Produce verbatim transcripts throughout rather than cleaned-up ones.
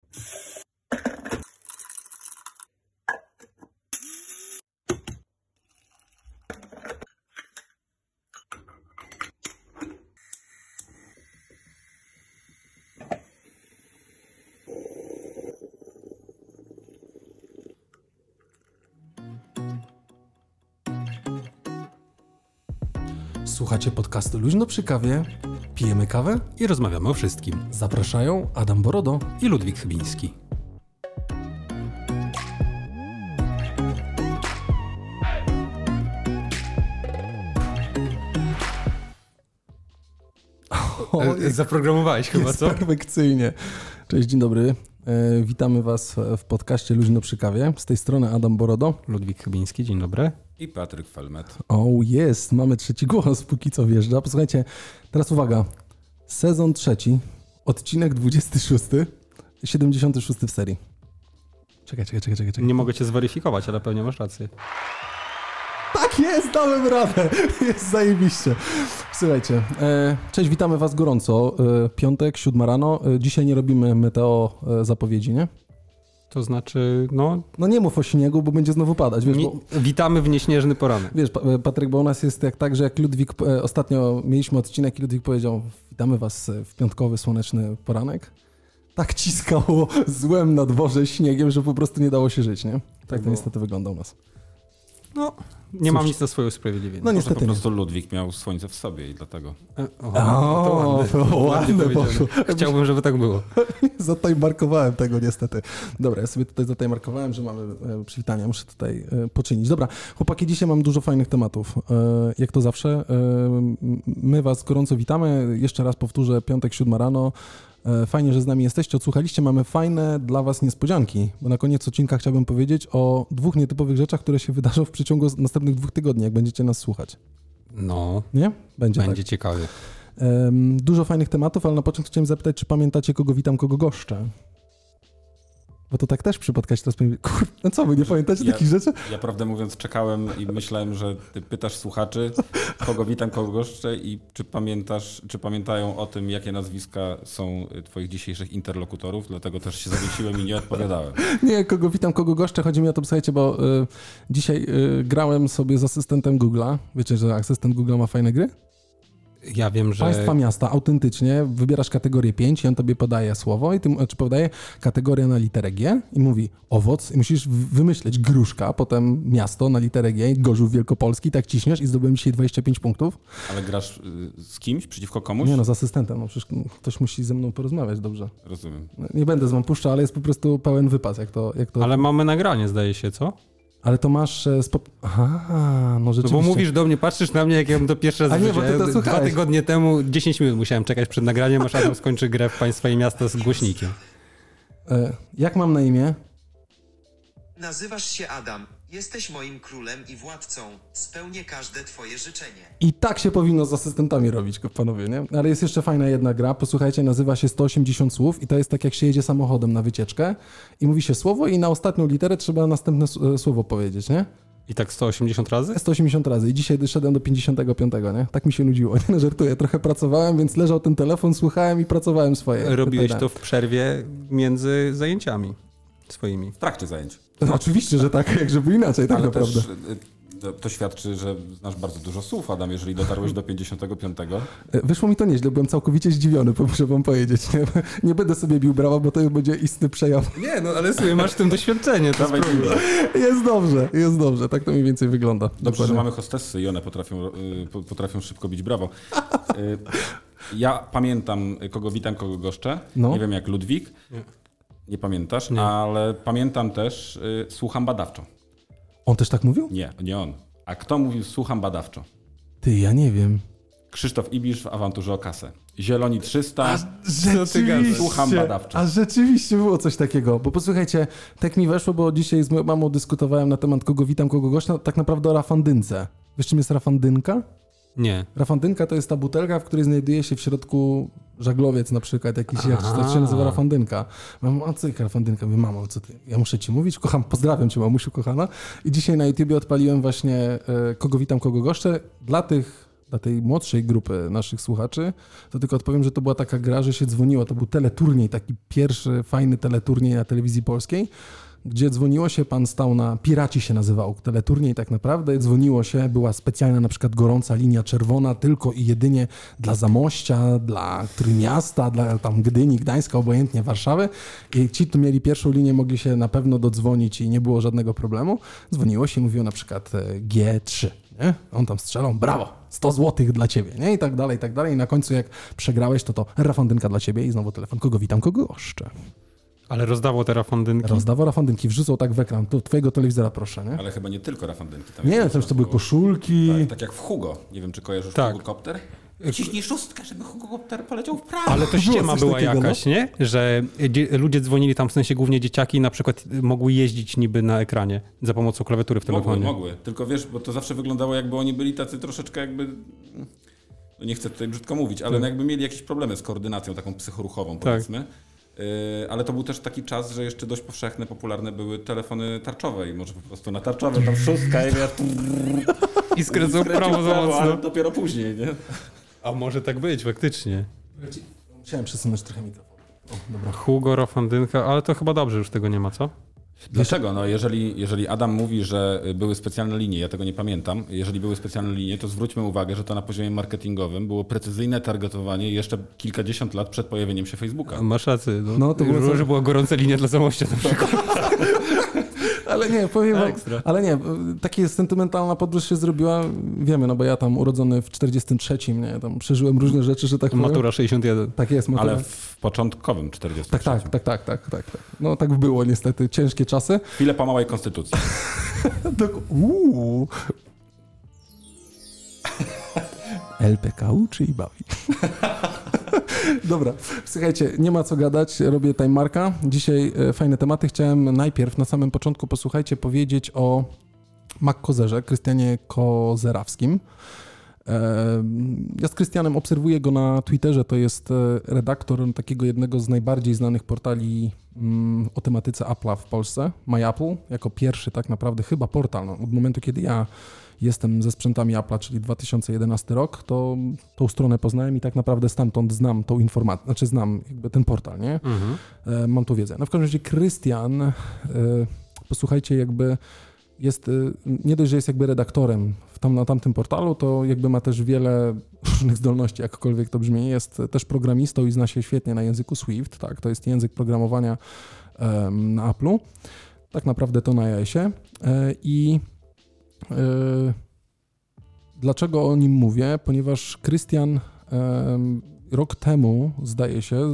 Słuchacie podcastu Luźno przy kawie, pijemy kawę i rozmawiamy o wszystkim. Zapraszają Adam Borodo i Ludwik Chybiński. O, jest, Zaprogramowałeś chyba, jest co? Perfekcyjnie. Cześć, dzień dobry. E, witamy Was w podcaście Luźno przy kawie. Z tej strony Adam Borodo. Ludwik Chybiński, dzień dobry. I Patryk Felmet. O, jest, mamy trzeci głos, póki co wjeżdża. Posłuchajcie, teraz uwaga. Sezon trzeci, odcinek dwudziesty szósty, siedemdziesiąty szósty w serii. Czekaj, czekaj, czekaj, czekaj. Nie mogę cię zweryfikować, ale pewnie masz rację. Tak jest, dałem radę. Jest zajebiście. Słuchajcie, e, cześć, witamy Was gorąco. E, piątek, siódma rano. E, dzisiaj nie robimy meteo e, zapowiedzi, nie? To znaczy, no... No nie mów o śniegu, bo będzie znowu padać. Wiesz, nie, bo, witamy w nieśnieżny poranek. Wiesz, Patryk, bo u nas jest jak tak, że jak Ludwik, e, ostatnio mieliśmy odcinek i Ludwik powiedział, witamy Was w piątkowy, słoneczny poranek. Tak ciskało złem na dworze śniegiem, że po prostu nie dało się żyć, nie? Tak, tak to było. Niestety wygląda u nas. No, nie Cóż, mam nic na swoje usprawiedliwienie. No niestety Może po prostu nie. Ludwik miał słońce w sobie i dlatego... E, o, o, to ładne, ładne poszło. Chciałbym, żeby tak było. Zatajmarkowałem tego niestety. Dobra, ja sobie tutaj zatajmarkowałem, że mamy e, przywitania. Muszę tutaj e, poczynić. Dobra, chłopaki, dzisiaj mam dużo fajnych tematów. E, jak to zawsze. E, my Was gorąco witamy. Jeszcze raz powtórzę, piątek, siódma rano. Fajnie, że z nami jesteście, odsłuchaliście. Mamy fajne dla Was niespodzianki, bo na koniec odcinka chciałbym powiedzieć o dwóch nietypowych rzeczach, które się wydarzą w przeciągu następnych dwóch tygodni, jak będziecie nas słuchać. No, nie? Będzie, będzie tak. ciekawie. Um, dużo fajnych tematów, ale na początku chciałem zapytać, czy pamiętacie, kogo witam, kogo goszczę? Bo to tak też przy podcaście teraz powiem, kurde, no co, wy nie pamiętacie ja, takich rzeczy? Ja prawdę mówiąc czekałem i myślałem, że ty pytasz słuchaczy, kogo witam, kogo goszczę i czy pamiętasz, czy pamiętają o tym, jakie nazwiska są twoich dzisiejszych interlokutorów, dlatego też się zawiesiłem i nie odpowiadałem. Nie, kogo witam, kogo goszczę, chodzi mi o to, słuchajcie, bo y, dzisiaj y, grałem sobie z asystentem Google'a. Wiecie, że asystent Google'a ma fajne gry? Ja wiem, że... Państwa miasta, autentycznie, wybierasz kategorię pięć i on tobie podaje słowo, i ty, czy podaje kategorię na literę G i mówi owoc i musisz wymyśleć gruszka, potem miasto na literę G, Gorzów Wielkopolski, tak ciśniesz i zdobyłem dzisiaj dwadzieścia pięć punktów. Ale grasz z kimś, przeciwko komuś? Nie no, z asystentem, no przecież ktoś musi ze mną porozmawiać, dobrze. Rozumiem. Nie będę z wam puszczał, ale jest po prostu pełen wypas, jak to... Jak to... Ale mamy nagranie, zdaje się, co? Ale to masz... Spop... Aha, no rzeczywiście. No bo mówisz do mnie, patrzysz na mnie, jak ja bym to pierwszy raz A nie, bo ty to Dwa słuchałeś. tygodnie temu, dziesięć minut musiałem czekać przed nagraniem, aż Adam skończy grę w Państwa i Miasto z głośnikiem. E, jak mam na imię? Nazywasz się Adam. Jesteś moim królem i władcą. Spełnię każde twoje życzenie. I tak się powinno z asystentami robić, panowie, nie? Ale jest jeszcze fajna jedna gra, posłuchajcie, nazywa się sto osiemdziesiąt słów i to jest tak, jak się jedzie samochodem na wycieczkę i mówi się słowo i na ostatnią literę trzeba następne słowo powiedzieć, nie? I tak sto osiemdziesiąt razy? sto osiemdziesiąt razy i dzisiaj doszedłem do pięćdziesiątego piątego, nie? Tak mi się nudziło, nie? No, żartuję, trochę pracowałem, więc leżał ten telefon, słuchałem i pracowałem swoje. Robiłeś to w przerwie między zajęciami swoimi. W trakcie zajęć. No, oczywiście, że tak, jak żeby inaczej, tak Ale naprawdę. też, to, to świadczy, że znasz bardzo dużo słów, Adam, jeżeli dotarłeś do pięćdziesiątego piątego. Wyszło mi to nieźle, byłem całkowicie zdziwiony, muszę wam powiedzieć. Nie, nie będę sobie bił brawa, bo to już będzie istny przejaw. Nie, no ale sobie masz w tym doświadczenie, to Dawaj, Jest dobrze, jest dobrze, tak to mniej więcej wygląda. Dobrze, Dokładnie. że mamy hostessy i one potrafią, potrafią szybko bić brawo. Ja pamiętam, kogo witam, kogo goszczę. No. Nie wiem jak Ludwik. Nie, nie pamiętasz, nie. Ale pamiętam też, y, słucham badawczo. On też tak mówił? Nie, nie on. A kto mówił słucham badawczo? Ty, ja nie wiem. Krzysztof Ibisz w Awanturze o kasę. Zieloni trzysta. A rzeczywiście, Słucham badawczo. a rzeczywiście było coś takiego, bo posłuchajcie, tak mi weszło, bo dzisiaj z moją mamą dyskutowałem na temat kogo witam, kogo gościa, tak naprawdę o rafandynce. Wiesz czym jest rafandynka? Nie. Rafandynka to jest ta butelka, w której znajduje się w środku żaglowiec na przykład, jakiś, jak to się nazywa rafandynka. Mam, a co jest rafandynka? Mówię, mamo, co ty? Ja muszę ci mówić? Kocham, pozdrawiam cię, mamusiu kochana. I dzisiaj na YouTubie odpaliłem właśnie e, kogo witam, kogo goszczę. Dla tych dla tej młodszej grupy naszych słuchaczy, to tylko odpowiem, że to była taka gra, że się dzwoniło. To był teleturniej, taki pierwszy fajny teleturniej na telewizji polskiej, gdzie dzwoniło się, pan stał na, Piraci się nazywał teleturniej tak naprawdę, dzwoniło się, była specjalna na przykład gorąca linia czerwona tylko i jedynie dla Zamościa, dla Trójmiasta, dla tam Gdyni, Gdańska, obojętnie Warszawy i ci, tu mieli pierwszą linię, mogli się na pewno dodzwonić i nie było żadnego problemu. Dzwoniło się, mówiło na przykład G trzy. Nie? On tam strzelał, brawo, sto złotych dla ciebie, nie? I tak dalej, i tak dalej. I na końcu jak przegrałeś, to to rafandynka dla ciebie i znowu telefon, kogo witam, kogo goszczę. Ale rozdawał te rafandynki? Rozdawał rafandynki, wrzucał tak w ekran, tu twojego telewizora proszę, nie? Ale chyba nie tylko rafandynki. Tam Nie, to już to były koszulki. Tak, tak jak w Hugo. Nie wiem, czy kojarzysz Tak. Hugo Kopter? Ciśnij szóstkę, żeby Hugo Kopter poleciał w prawo. Ale to ściema coś była takiego, jakaś, no. nie? Że dzie- ludzie dzwonili tam, w sensie głównie dzieciaki i na przykład mogły jeździć niby na ekranie za pomocą klawiatury w telefonie. Mogły, mogły. Tylko wiesz, bo to zawsze wyglądało, jakby oni byli tacy troszeczkę jakby... No nie chcę tutaj brzydko mówić, ale Tak. no jakby mieli jakieś problemy z koordynacją taką psychoruchową, powiedzmy. Yy, ale to był też taki czas, że jeszcze dość powszechne, popularne były telefony tarczowe i może po prostu na tarczowe tam szóstka i wiesz... I skręcą w prawo za mocno. Ale dopiero później, nie? A może tak być, faktycznie. Musiałem przesunąć trochę mikrofon. O, dobra. Hugo, rafandynka, ale to chyba dobrze, już tego nie ma, co? Dlaczego? No jeżeli, jeżeli Adam mówi, że były specjalne linie, ja tego nie pamiętam, jeżeli były specjalne linie, to zwróćmy uwagę, że to na poziomie marketingowym było precyzyjne targetowanie jeszcze kilkadziesiąt lat przed pojawieniem się Facebooka. Masz rację. No, No, to było było, co- że była gorąca linia dla Zamościa na przykład. Ale nie, powiem wam, Ekstra. ale nie, taka sentymentalna podróż się zrobiła, wiemy, no bo ja tam urodzony w czterdziestym trzecim, nie, tam przeżyłem różne rzeczy, że tak powiem. Matura sześćdziesiąt jeden. Tak jest, matura. Ale w początkowym czterdziestym Tak, tak, tak, tak, tak, tak, tak. No tak było niestety, ciężkie czasy. Chwilę po małej konstytucji. Dok- Uuu. L P K uczy i bawi. Dobra, słuchajcie, nie ma co gadać, robię timemarka. Dzisiaj e, fajne tematy. Chciałem najpierw, na samym początku, posłuchajcie, powiedzieć o MacCozerze, Krystianie Kozerawskim. E, ja z Krystianem obserwuję go na Twitterze, to jest e, redaktor takiego jednego z najbardziej znanych portali mm, o tematyce Apple'a w Polsce, MyApple, jako pierwszy tak naprawdę chyba portal, no, od momentu kiedy ja jestem ze sprzętami Apple'a, czyli dwa tysiące jedenasty rok, to tą stronę poznałem i tak naprawdę stamtąd znam tą informację, znaczy znam jakby ten portal, nie? Mhm. E, mam tą wiedzę. No w każdym razie Krystian, e, posłuchajcie, jakby jest, e, nie dość, że jest jakby redaktorem w tam, na tamtym portalu, to jakby ma też wiele różnych zdolności, jakkolwiek to brzmi. Jest też programistą i zna się świetnie na języku Swift, tak? To jest język programowania e, na Apple'u. Tak naprawdę to na iOSie. E, I e, dlaczego o nim mówię? Ponieważ Krystian e, rok temu, zdaje się,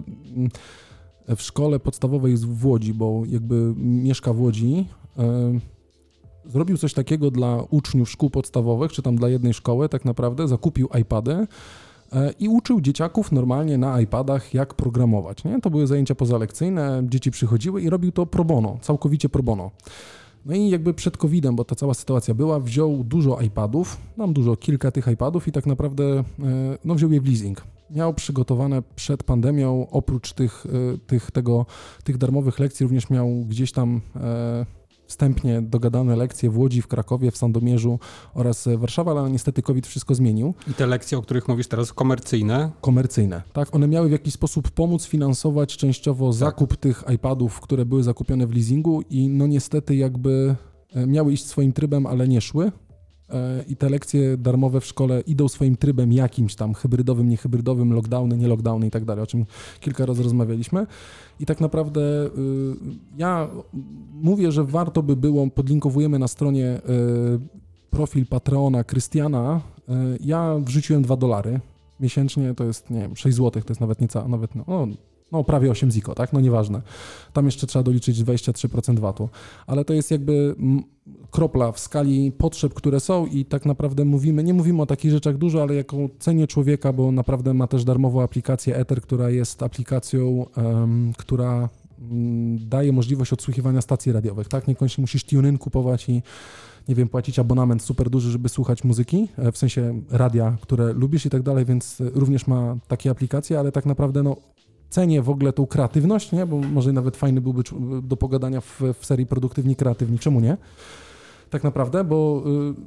w szkole podstawowej w Łodzi, bo jakby mieszka w Łodzi, e, zrobił coś takiego dla uczniów szkół podstawowych, czy tam dla jednej szkoły tak naprawdę, zakupił iPady e, i uczył dzieciaków normalnie na iPadach, jak programować, nie? To były zajęcia pozalekcyjne, dzieci przychodziły i robił to pro bono, całkowicie pro bono. No i jakby przed kowidem, bo ta cała sytuacja była, wziął dużo iPadów, mam dużo, kilka tych iPadów i tak naprawdę e, no wziął je w leasing. Miał przygotowane przed pandemią, oprócz tych, e, tych, tego, tych darmowych lekcji, również miał gdzieś tam e, wstępnie dogadane lekcje w Łodzi, w Krakowie, w Sandomierzu oraz Warszawa, ale niestety COVID wszystko zmienił. I te lekcje, o których mówisz teraz, komercyjne, Komercyjne, tak? One miały w jakiś sposób pomóc finansować częściowo zakup tych iPadów, które były zakupione w leasingu i no niestety jakby e, miały iść swoim trybem, ale nie szły. E, I te lekcje darmowe w szkole idą swoim trybem jakimś tam hybrydowym, niehybrydowym, lockdowny, nie lockdowny i tak dalej, o czym kilka razy rozmawialiśmy. I tak naprawdę y, ja mówię, że warto by było, podlinkowujemy na stronie y, profil Patreona Krystiana. Y, ja wrzuciłem dwa dolary miesięcznie, to jest, nie wiem, sześć złotych, to jest nawet nieca, nawet no, no, no prawie osiem ziko, tak? No nieważne. Tam jeszcze trzeba doliczyć dwadzieścia trzy procent vatu, ale to jest jakby m, kropla w skali potrzeb, które są i tak naprawdę mówimy, nie mówimy o takich rzeczach dużo, ale jako cenie człowieka, bo naprawdę ma też darmową aplikację Ether, która jest aplikacją, um, która um, daje możliwość odsłuchiwania stacji radiowych, tak? Niekoniecznie musisz TuneIn kupować i nie wiem, płacić abonament super duży, żeby słuchać muzyki, w sensie radia, które lubisz i tak dalej, więc również ma takie aplikacje, ale tak naprawdę no cenię w ogóle tą kreatywność, nie? Bo może nawet fajny byłby do pogadania w, w serii Produktywni Kreatywni, czemu nie? Tak naprawdę, bo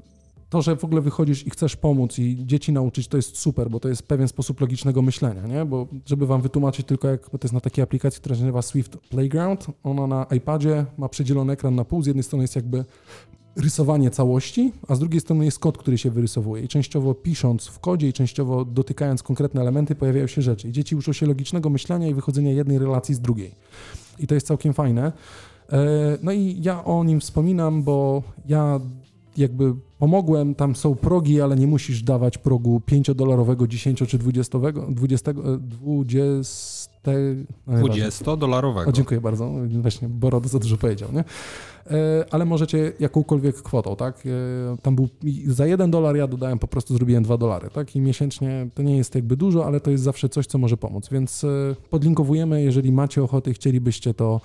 to, że w ogóle wychodzisz i chcesz pomóc i dzieci nauczyć, to jest super, bo to jest pewien sposób logicznego myślenia, nie? Bo żeby wam wytłumaczyć tylko, jak, bo to jest na takiej aplikacji, która się nazywa Swift Playground, ona na iPadzie ma przedzielony ekran na pół, z jednej strony jest jakby rysowanie całości, a z drugiej strony jest kod, który się wyrysowuje i częściowo pisząc w kodzie i częściowo dotykając konkretne elementy pojawiają się rzeczy i dzieci uczą się logicznego myślenia i wychodzenia jednej relacji z drugiej. I to jest całkiem fajne. No i ja o nim wspominam, bo ja jakby pomogłem, tam są progi, ale nie musisz dawać progu pięciodolarowego, dziesięcio czy dwudziestowego, dwudziestego, dwudziestego, dwudziestodolarowego. O, dziękuję bardzo, właśnie Borod za dużo powiedział, nie? Ale możecie jakąkolwiek kwotą, tak? Tam był, za jeden dolar ja dodałem, po prostu zrobiłem dwa dolary, tak? I miesięcznie to nie jest jakby dużo, ale to jest zawsze coś, co może pomóc, więc podlinkowujemy, jeżeli macie ochotę i chcielibyście, to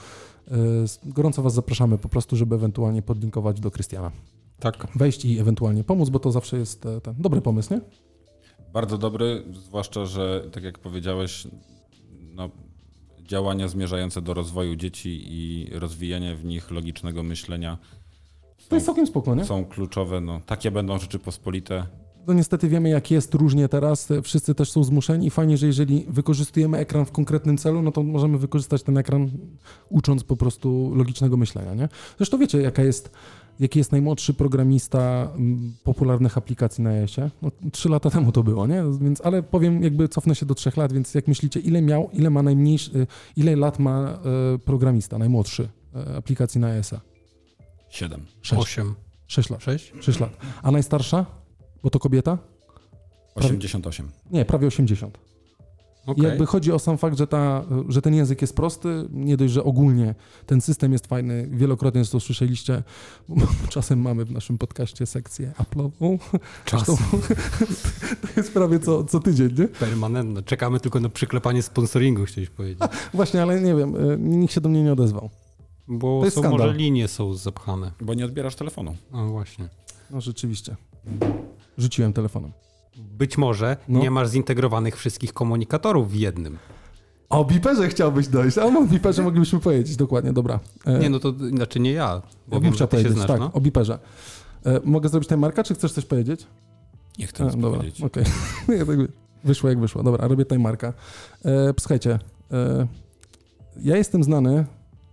gorąco was zapraszamy po prostu, żeby ewentualnie podlinkować do Krystiana. Tak. Wejść i ewentualnie pomóc, bo to zawsze jest ten dobry pomysł, nie? Bardzo dobry, zwłaszcza, że tak jak powiedziałeś, no, działania zmierzające do rozwoju dzieci i rozwijania w nich logicznego myślenia są, to jest całkiem spoko, nie? są kluczowe. No, takie będą Rzeczypospolite. No niestety wiemy, jak jest różnie teraz, wszyscy też są zmuszeni i fajnie, że jeżeli wykorzystujemy ekran w konkretnym celu, no to możemy wykorzystać ten ekran ucząc po prostu logicznego myślenia, nie? Zresztą wiecie, jaka jest, jaki jest najmłodszy programista popularnych aplikacji na iOSie? No, trzy lata temu to było, nie? Więc, ale powiem, jakby cofnę się do trzech lat, więc jak myślicie, ile miał, ile ma najmniejszy, ile lat ma e, programista, najmłodszy e, aplikacji na iOSa? Siedem. Sześć. Osiem. Sześć lat. Sześć? Sześć lat. A najstarsza? Bo to kobieta? osiemdziesiąt osiem. Nie, prawie osiemdziesiąt. Okay. I jakby chodzi o sam fakt, że, ta, że ten język jest prosty, nie dość, że ogólnie ten system jest fajny, wielokrotnie to słyszeliście, bo czasem mamy w naszym podcaście sekcję Apple'ową. Czasem. To jest prawie co, co tydzień, nie? Permanentne. Czekamy tylko na przyklepanie sponsoringu, chciałeś powiedzieć. Właśnie, ale nie wiem, nikt się do mnie nie odezwał. Bo To jest są, skandal. może linie są zapchane. Bo nie odbierasz telefonu. No właśnie. No rzeczywiście. Rzuciłem telefonem. Być może No. nie masz zintegrowanych wszystkich komunikatorów w jednym. O biperze chciałbyś dojść, a o biperze moglibyśmy powiedzieć, dokładnie, dobra. E, Nie, no to znaczy nie ja, bo ja wiem, bym że chciał ty się powiedzieć, znasz, tak, no. o biperze. E, mogę zrobić timerka, czy chcesz coś powiedzieć? Nie chcę nic A, dobra, powiedzieć. okej. Okay. Ja tak wyszło jak wyszło. Dobra, robię timerka. E, słuchajcie, e, ja jestem znany,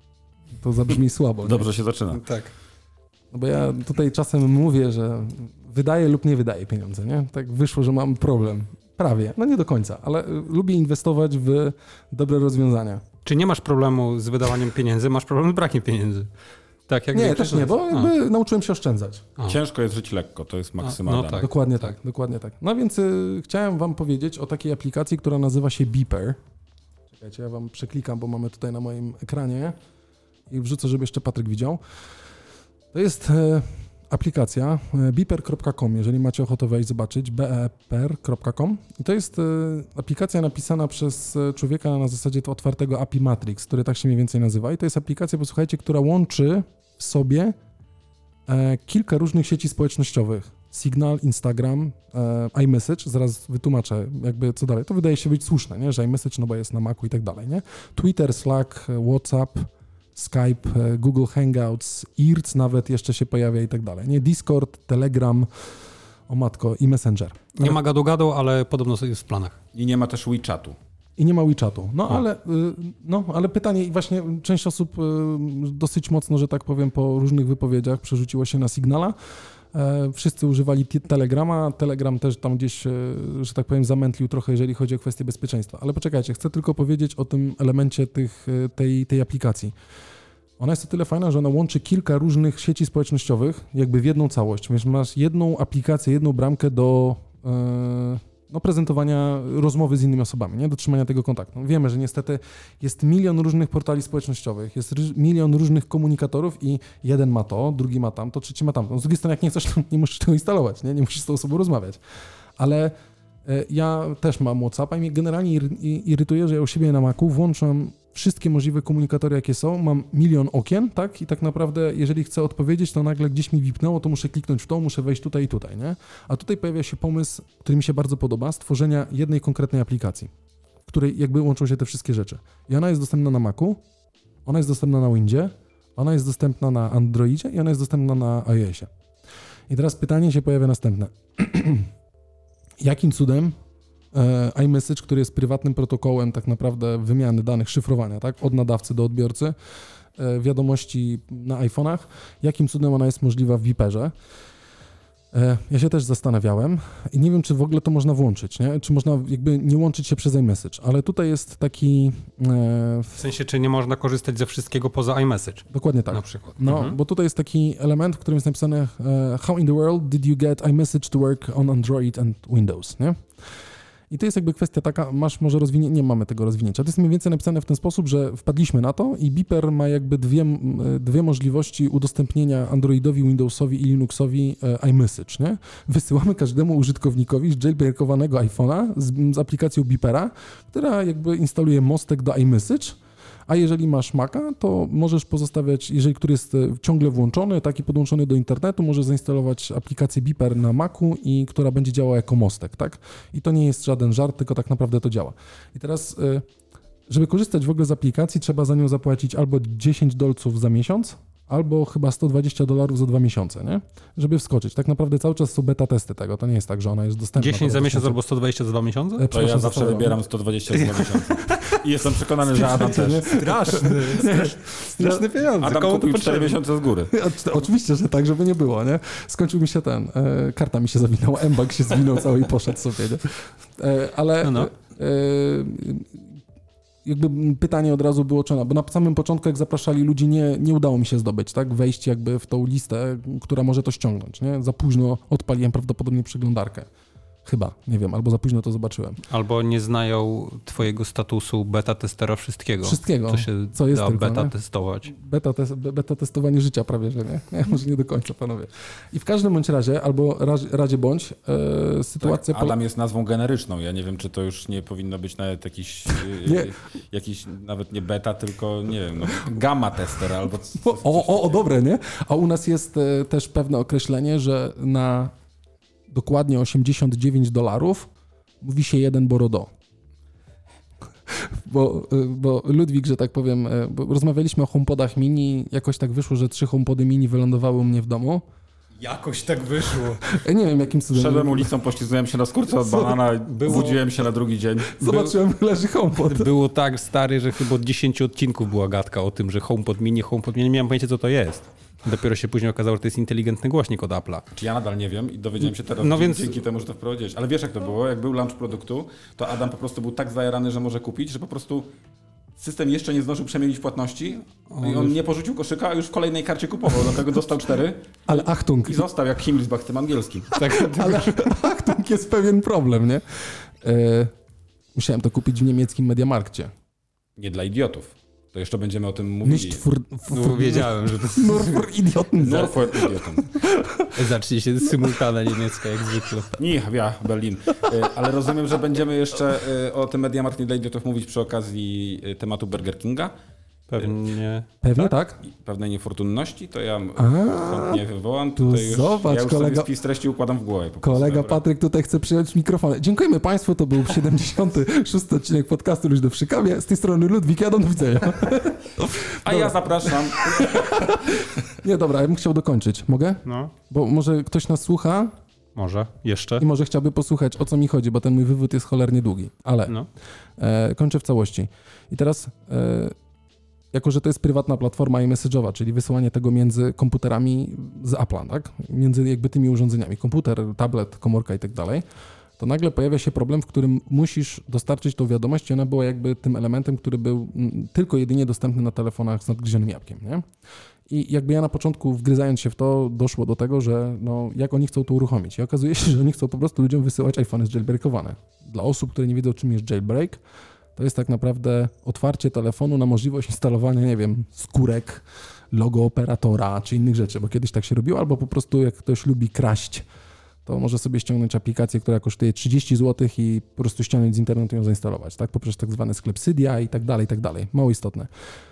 to zabrzmi słabo. Nie? Dobrze się zaczyna. Tak. No bo ja tutaj czasem mówię, że wydaję lub nie wydaję pieniądze, nie? Tak wyszło, że mam problem. Prawie, no nie do końca, ale y, lubię inwestować w dobre rozwiązania. Czy nie masz problemu z wydawaniem pieniędzy, masz problem z brakiem pieniędzy? Tak jak Nie, większość też nie, z bo nas. jakby nauczyłem się oszczędzać. A. A. Ciężko jest żyć lekko, to jest maksymalne. no tak. Dokładnie tak. dokładnie tak. No więc y, chciałem wam powiedzieć o takiej aplikacji, która nazywa się Beeper. Czekajcie, ja wam przeklikam, bo mamy tutaj na moim ekranie i wrzucę, żeby jeszcze Patryk widział. To jest e, aplikacja e, beeper kropka com, jeżeli macie ochotę wejść zobaczyć, beeper kropka com. I to jest e, aplikacja napisana przez e, człowieka na zasadzie to otwartego A P I Matrix, który tak się mniej więcej nazywa. I to jest aplikacja, posłuchajcie, która łączy w sobie e, kilka różnych sieci społecznościowych. Signal, Instagram, e, iMessage, zaraz wytłumaczę jakby co dalej. To wydaje się być słuszne, nie? Że iMessage, no bo jest na Macu i tak dalej, nie? Twitter, Slack, WhatsApp, Skype, Google Hangouts, I R C nawet jeszcze się pojawia i tak dalej, nie? Discord, Telegram, o matko, i Messenger. Nie ma gadu-gadu, ale podobno jest w planach. I nie ma też WeChatu. I nie ma WeChatu. No A. ale, y, no ale pytanie, i właśnie część osób y, dosyć mocno, że tak powiem, po różnych wypowiedziach przerzuciło się na Signala. E, wszyscy używali t- Telegrama, Telegram też tam gdzieś, e, że tak powiem, zamętlił trochę, jeżeli chodzi o kwestie bezpieczeństwa. Ale poczekajcie, chcę tylko powiedzieć o tym elemencie tych, e, tej, tej aplikacji. Ona jest o tyle fajna, że ona łączy kilka różnych sieci społecznościowych jakby w jedną całość. Więc masz jedną aplikację, jedną bramkę do e, no, prezentowania rozmowy z innymi osobami, nie? Do trzymania tego kontaktu. Wiemy, że niestety jest milion różnych portali społecznościowych, jest ryż, milion różnych komunikatorów i jeden ma to, drugi ma tamto, trzeci ma tamto. Z drugiej strony, jak nie chcesz, to nie musisz tego instalować, nie? Nie musisz z tą osobą rozmawiać. Ale e, ja też mam WhatsAppa i mnie generalnie ir, irytuje, że ja u siebie na Macu włączam wszystkie możliwe komunikatory, jakie są, mam milion okien, tak? I tak naprawdę, jeżeli chcę odpowiedzieć, to nagle gdzieś mi wipnęło, to muszę kliknąć w to, muszę wejść tutaj i tutaj, nie? A tutaj pojawia się pomysł, który mi się bardzo podoba, stworzenia jednej konkretnej aplikacji, w której jakby łączą się te wszystkie rzeczy. I ona jest dostępna na Macu, ona jest dostępna na Windzie, ona jest dostępna na Androidzie i ona jest dostępna na iOSie. I teraz pytanie się pojawia następne. Jakim cudem e, iMessage, który jest prywatnym protokołem tak naprawdę wymiany danych, szyfrowania, tak, od nadawcy do odbiorcy, e, wiadomości na iPhone'ach, jakim cudem ona jest możliwa w Viperze? E, ja się też zastanawiałem i nie wiem, czy w ogóle to można włączyć, nie? Czy można jakby nie łączyć się przez iMessage, ale tutaj jest taki... E, W sensie, czy nie można korzystać ze wszystkiego poza iMessage? Dokładnie tak. Na przykład. No, Mhm. bo tutaj jest taki element, w którym jest napisane e, How in the world did you get iMessage to work on Android and Windows, nie? I to jest jakby kwestia taka, masz może rozwinięcie, nie mamy tego rozwinięcia. To jest mniej więcej napisane w ten sposób, że wpadliśmy na to i Beeper ma jakby dwie, dwie możliwości udostępnienia Androidowi, Windowsowi i Linuxowi e, iMessage, nie? Wysyłamy każdemu użytkownikowi z jailbreakowanego iPhone'a z, z aplikacją Beepera, która jakby instaluje mostek do iMessage, a jeżeli masz Maca, to możesz pozostawiać, jeżeli który jest ciągle włączony, taki podłączony do internetu, możesz zainstalować aplikację Beeper na Macu i która będzie działała jako mostek, tak? I to nie jest żaden żart, tylko tak naprawdę to działa. I teraz, żeby korzystać w ogóle z aplikacji, trzeba za nią zapłacić albo dziesięć dolców za miesiąc, albo chyba sto dwadzieścia dolarów za dwa miesiące, nie? Żeby wskoczyć. Tak naprawdę cały czas są beta testy tego, to nie jest tak, że ona jest dostępna. dziesięć za miesiąc albo sto dwadzieścia za dwa miesiące? To ja zawsze wybieram sto dwadzieścia za dwa miesiące. I jestem przekonany, że Adam też. Straszny, straszne pieniądze. Adam Komu to kupił potrzebne? cztery miesiące z góry. Oczywiście, że tak, żeby nie było, nie? Skończył mi się ten, e, karta mi się zawinęła, M-Bank się zwinął cały i poszedł sobie, nie? E, ale No, no. E, jakby pytanie od razu było, czy ona, bo na samym początku, jak zapraszali ludzi, nie, nie udało mi się zdobyć, tak? Wejść jakby w tą listę, która może to ściągnąć, nie? Za późno odpaliłem prawdopodobnie przeglądarkę. Chyba, nie wiem, albo za późno to zobaczyłem. Albo nie znają twojego statusu beta testera wszystkiego. Wszystkiego, Co się co jest da tylko, beta nie? testować. Beta, tes, beta testowanie życia prawie, że nie? nie? Może nie do końca, panowie. I w każdym bądź razie, albo razie, razie bądź, e, sytuacja... Tak, Adam jest nazwą generyczną. Ja nie wiem, czy to już nie powinno być nawet jakiś, Nie. y, jakiś nawet nie beta, tylko nie wiem, no, gamma tester albo... c- O, o, o, o, dobre, nie? A u nas jest e, też pewne określenie, że na dokładnie osiemdziesiąt dziewięć dolarów mówi się jeden Borodo. Bo, e, bo Ludwik, że tak powiem, e, bo rozmawialiśmy o HomePodach mini, jakoś tak wyszło, że trzy HomePody mini wylądowały u mnie w domu. Jakoś tak wyszło. Ja nie wiem, jakim cudem. Szedłem ulicą, poślizgnąłem się na skórce od banana i Było- budziłem się na drugi dzień. Zobaczyłem, leży HomePod. Było tak stary, że chyba od dziesięciu odcinków była gadka o tym, że HomePod mini, HomePod mini, nie miałem pojęcia, co to jest. Dopiero się później okazało, że to jest inteligentny głośnik od Apple'a. Czy ja nadal nie wiem i dowiedziałem się teraz No no więc- dzięki temu, że to wprowadziłeś. Ale wiesz, jak to było? Jak był launch produktu, to Adam po prostu był tak zajarany, że może kupić, że po prostu system jeszcze nie zdążył przemienić płatności i on nie porzucił koszyka, a już w kolejnej karcie kupował, dlatego dostał cztery Ale Achtung, i został jak Himmelsbach tym angielskim. Tak, ale Achtung jest pewien problem, nie? E, musiałem to kupić w niemieckim Mediamarkcie. Nie dla idiotów. To jeszcze będziemy o tym mówili. Nicht für, no, für, wiedziałem, że to nur für Idioten. No for idiotom. zacznie się symultana niemiecka jak zwykle. Nie, ja, Berlin. E, Ale rozumiem, że będziemy jeszcze e, o tym Mediamarkt nie dla idiotów mówić przy okazji e, tematu Burger Kinga. Pewnie. Pewnie tak? I pewnej niefortunności, to ja A, chętnie wywołam. tu Tutaj już, zobacz, ja już kolega- sobie spis treści układam w głowie. Po prostu. Kolega Dobra. Patryk tutaj chce przyjąć mikrofon. Dziękujemy Państwu, to był siedemdziesiąty szósty odcinek podcastu Luźno przy kawie. Z tej strony Ludwik, ja do widzenia. A ja zapraszam. Nie, dobra, ja bym chciał dokończyć. Mogę? No, Bo może ktoś nas słucha może. Jeszcze? i może chciałby posłuchać, o co mi chodzi, bo ten mój wywód jest cholernie długi. Ale No. e, kończę w całości. I teraz, e, jako że to jest prywatna platforma iMessage'owa, czyli wysyłanie tego między komputerami z Apple'a, tak? Między jakby tymi urządzeniami, komputer, tablet, komórka i tak dalej, to nagle pojawia się problem, w którym musisz dostarczyć tą wiadomość i ona była jakby tym elementem, który był mm, tylko jedynie dostępny na telefonach z nadgryzionym jabłkiem, nie? I jakby ja na początku, wgryzając się w to, doszło do tego, że no, jak oni chcą to uruchomić. I okazuje się, że oni chcą po prostu ludziom wysyłać iPhony jailbreakowane. Dla osób, które nie wiedzą, czym jest jailbreak, to jest tak naprawdę otwarcie telefonu na możliwość instalowania, nie wiem, skórek, logo operatora czy innych rzeczy, bo kiedyś tak się robiło, albo po prostu jak ktoś lubi kraść, to może sobie ściągnąć aplikację, która kosztuje trzydzieści złotych i po prostu ściągnąć z internetu i ją zainstalować, tak? Poprzez tak zwany sklep Cydia i tak dalej, i tak dalej. Mało istotne.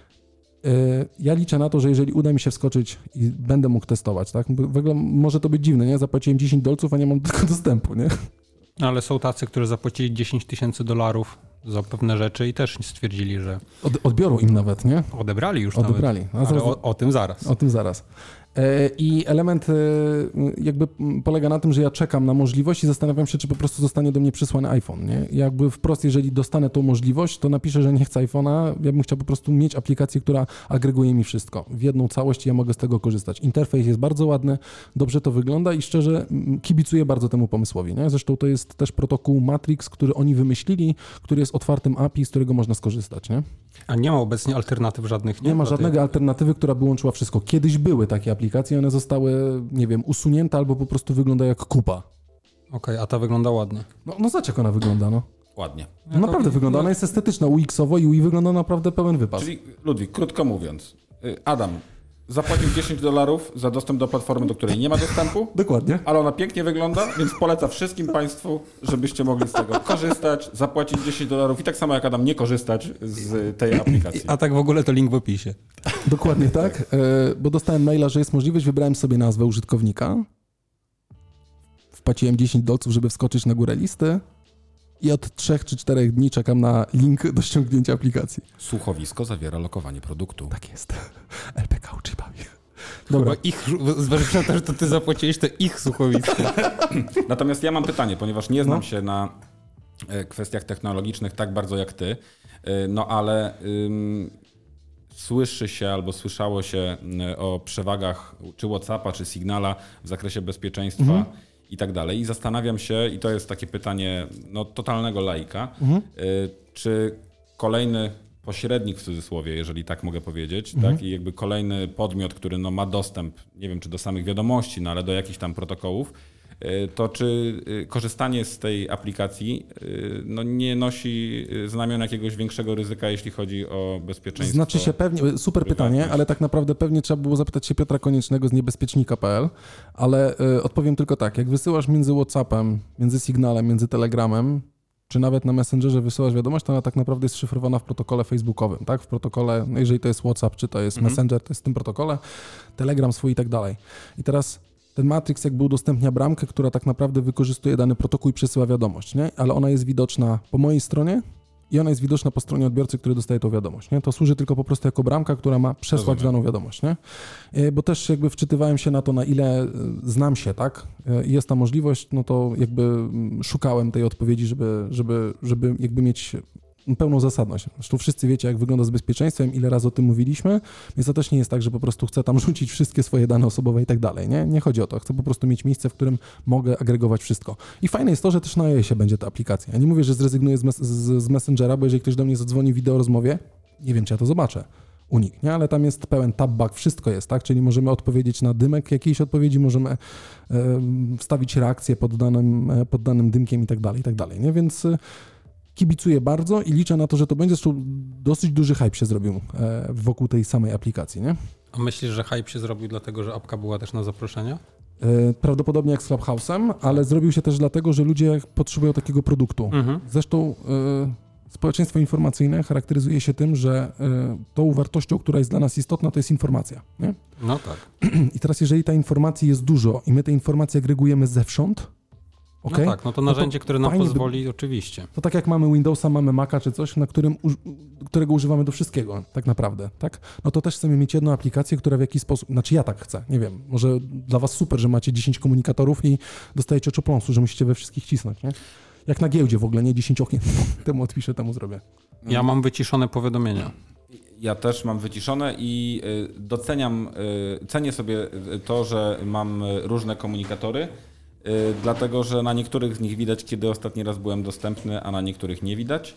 Ja liczę na to, że jeżeli uda mi się wskoczyć i będę mógł testować, tak? Bo w ogóle może to być dziwne, nie? Zapłaciłem dziesięć dolców, a nie mam tylko dostępu, nie? Ale są tacy, którzy zapłacili dziesięć tysięcy dolarów za pewne rzeczy i też stwierdzili, że Od, odbiorą im nawet, nie? odebrali już Odebrali. nawet. A Ale zaraz- o, o tym zaraz. O tym zaraz. I element jakby polega na tym, że ja czekam na możliwość i zastanawiam się, czy po prostu zostanie do mnie przysłany iPhone, nie? Jakby wprost, jeżeli dostanę tą możliwość, to napiszę, że nie chcę iPhone'a, ja bym chciał po prostu mieć aplikację, która agreguje mi wszystko w jedną całość i ja mogę z tego korzystać. Interfejs jest bardzo ładny, dobrze to wygląda i szczerze kibicuję bardzo temu pomysłowi, nie? Zresztą to jest też protokół Matrix, który oni wymyślili, który jest otwartym A P I, z którego można skorzystać, nie? A nie ma obecnie alternatyw żadnych? Nie, nie ma tej... żadnego alternatywy, która by łączyła wszystko. Kiedyś były takie aplikacje, one zostały, nie wiem, usunięte albo po prostu wygląda jak kupa. Okej, okay, a ta wygląda ładnie. No, no zobacz, jak ona wygląda, no. Ładnie. No naprawdę wygląda, ona jest estetyczna, U X-owo i U I wygląda naprawdę pełen wypas. Czyli Ludwik, krótko mówiąc, Adam zapłacił dziesięć dolarów za dostęp do platformy, do której nie ma dostępu. Dokładnie. Ale ona pięknie wygląda, więc poleca wszystkim Państwu, żebyście mogli z tego korzystać, zapłacić dziesięć dolarów i tak samo jak Adam nie korzystać z tej aplikacji. A tak w ogóle to link w opisie. Dokładnie tak, bo dostałem maila, że jest możliwość, wybrałem sobie nazwę użytkownika, wpłaciłem dziesięć dolców, żeby wskoczyć na górę listy i od trzech czy czterech dni czekam na link do ściągnięcia aplikacji. Słuchowisko zawiera lokowanie produktu. Tak jest. L P K uczybami. Dobra. Chyba ich, zważywszy na to, że to ty zapłaciłeś, to ich słuchowisko. Natomiast ja mam pytanie, ponieważ nie znam no. się na kwestiach technologicznych tak bardzo jak ty, no ale ym, słyszy się albo słyszało się o przewagach czy WhatsAppa, czy Signala w zakresie bezpieczeństwa mhm. i tak dalej. I zastanawiam się, i to jest takie pytanie no, totalnego laika, mhm. y, czy kolejny pośrednik w cudzysłowie, jeżeli tak mogę powiedzieć, mhm. tak? I jakby kolejny podmiot, który no, ma dostęp, nie wiem czy do samych wiadomości, no, ale do jakichś tam protokołów, to czy korzystanie z tej aplikacji no, nie nosi znamion jakiegoś większego ryzyka, jeśli chodzi o bezpieczeństwo? Znaczy się pewnie, super pytanie, ale tak naprawdę pewnie trzeba było zapytać się Piotra Koniecznego z niebezpiecznika kropka p l, ale y, odpowiem tylko tak, jak wysyłasz między WhatsAppem, między Signalem, między Telegramem, czy nawet na Messengerze wysyłasz wiadomość, to ona tak naprawdę jest szyfrowana w protokole facebookowym, tak? W protokole, no jeżeli to jest WhatsApp, czy to jest mhm. Messenger, to jest w tym protokole, Telegram swój i tak dalej. I teraz ten Matrix jakby udostępnia bramkę, która tak naprawdę wykorzystuje dany protokół i przesyła wiadomość, nie? Ale ona jest widoczna po mojej stronie i ona jest widoczna po stronie odbiorcy, który dostaje tą wiadomość, nie? To służy tylko po prostu jako bramka, która ma przesłać Rozumiem. daną wiadomość, nie? Bo też jakby wczytywałem się na to, na ile znam się, tak? Jest ta możliwość, no to jakby szukałem tej odpowiedzi, żeby, żeby, żeby jakby mieć pełną zasadność. Zresztą wszyscy wiecie, jak wygląda z bezpieczeństwem, ile razy o tym mówiliśmy, więc to też nie jest tak, że po prostu chcę tam rzucić wszystkie swoje dane osobowe i tak dalej, nie? Nie chodzi o to. Chcę po prostu mieć miejsce, w którym mogę agregować wszystko. I fajne jest to, że też na iOSie będzie ta aplikacja. Ja nie mówię, że zrezygnuję z, mes- z, z Messengera, bo jeżeli ktoś do mnie zadzwoni w wideorozmowie, nie wiem, czy ja to zobaczę. Unik, nie? Ale tam jest pełen tab-back, wszystko jest, tak? Czyli możemy odpowiedzieć na dymek jakiejś odpowiedzi, możemy e, wstawić reakcję pod danym, e, pod danym dymkiem i tak dalej, i tak dalej, nie? Więc e, kibicuję bardzo i liczę na to, że to będzie, zresztą dosyć duży hype się zrobił e, wokół tej samej aplikacji, nie? A myślisz, że hype się zrobił dlatego, że apka była też na zaproszenia? E, prawdopodobnie jak z Clubhouse'em, ale zrobił się też dlatego, że ludzie potrzebują takiego produktu. Mhm. Zresztą e, społeczeństwo informacyjne charakteryzuje się tym, że e, tą wartością, która jest dla nas istotna, to jest informacja, nie? No tak. I teraz jeżeli ta informacji jest dużo i my te informacje agregujemy zewsząd, okay? No tak, no to narzędzie, no to które nam pozwoli, by... oczywiście. To tak jak mamy Windowsa, mamy Maca czy coś, na którym, którego używamy do wszystkiego, tak naprawdę, tak? No to też chcemy mieć jedną aplikację, która w jakiś sposób, znaczy ja tak chcę, nie wiem, może dla was super, że macie dziesięć komunikatorów i dostajecie oczopląsu, że musicie we wszystkich cisnąć, nie? Jak na giełdzie w ogóle, nie? dziesięć okien, temu odpiszę, temu zrobię. Ja mam wyciszone powiadomienia. Ja też mam wyciszone i doceniam, cenię sobie to, że mam różne komunikatory, dlatego że na niektórych z nich widać, kiedy ostatni raz byłem dostępny, a na niektórych nie widać.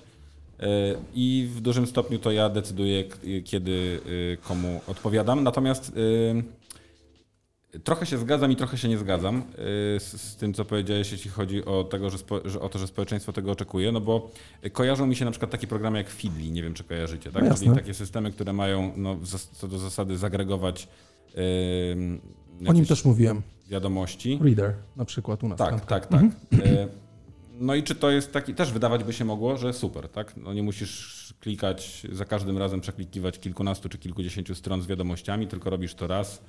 I w dużym stopniu to ja decyduję, kiedy komu odpowiadam. Natomiast trochę się zgadzam i trochę się nie zgadzam z, z tym, co powiedziałeś, jeśli chodzi o, tego, że spo, że, o to, że społeczeństwo tego oczekuje, no bo kojarzą mi się na przykład takie programy jak Feedly, nie wiem, czy kojarzycie, tak? Czyli takie systemy, które mają no, co do zasady zagregować yy, o nim też mówiłem. Wiadomości. Reader na przykład u nas. Tak, tak, tak. Mhm. Yy, no i czy to jest taki, też wydawać by się mogło, że super, tak? No nie musisz klikać, za każdym razem przeklikiwać kilkunastu czy kilkudziesięciu stron z wiadomościami, tylko robisz to raz.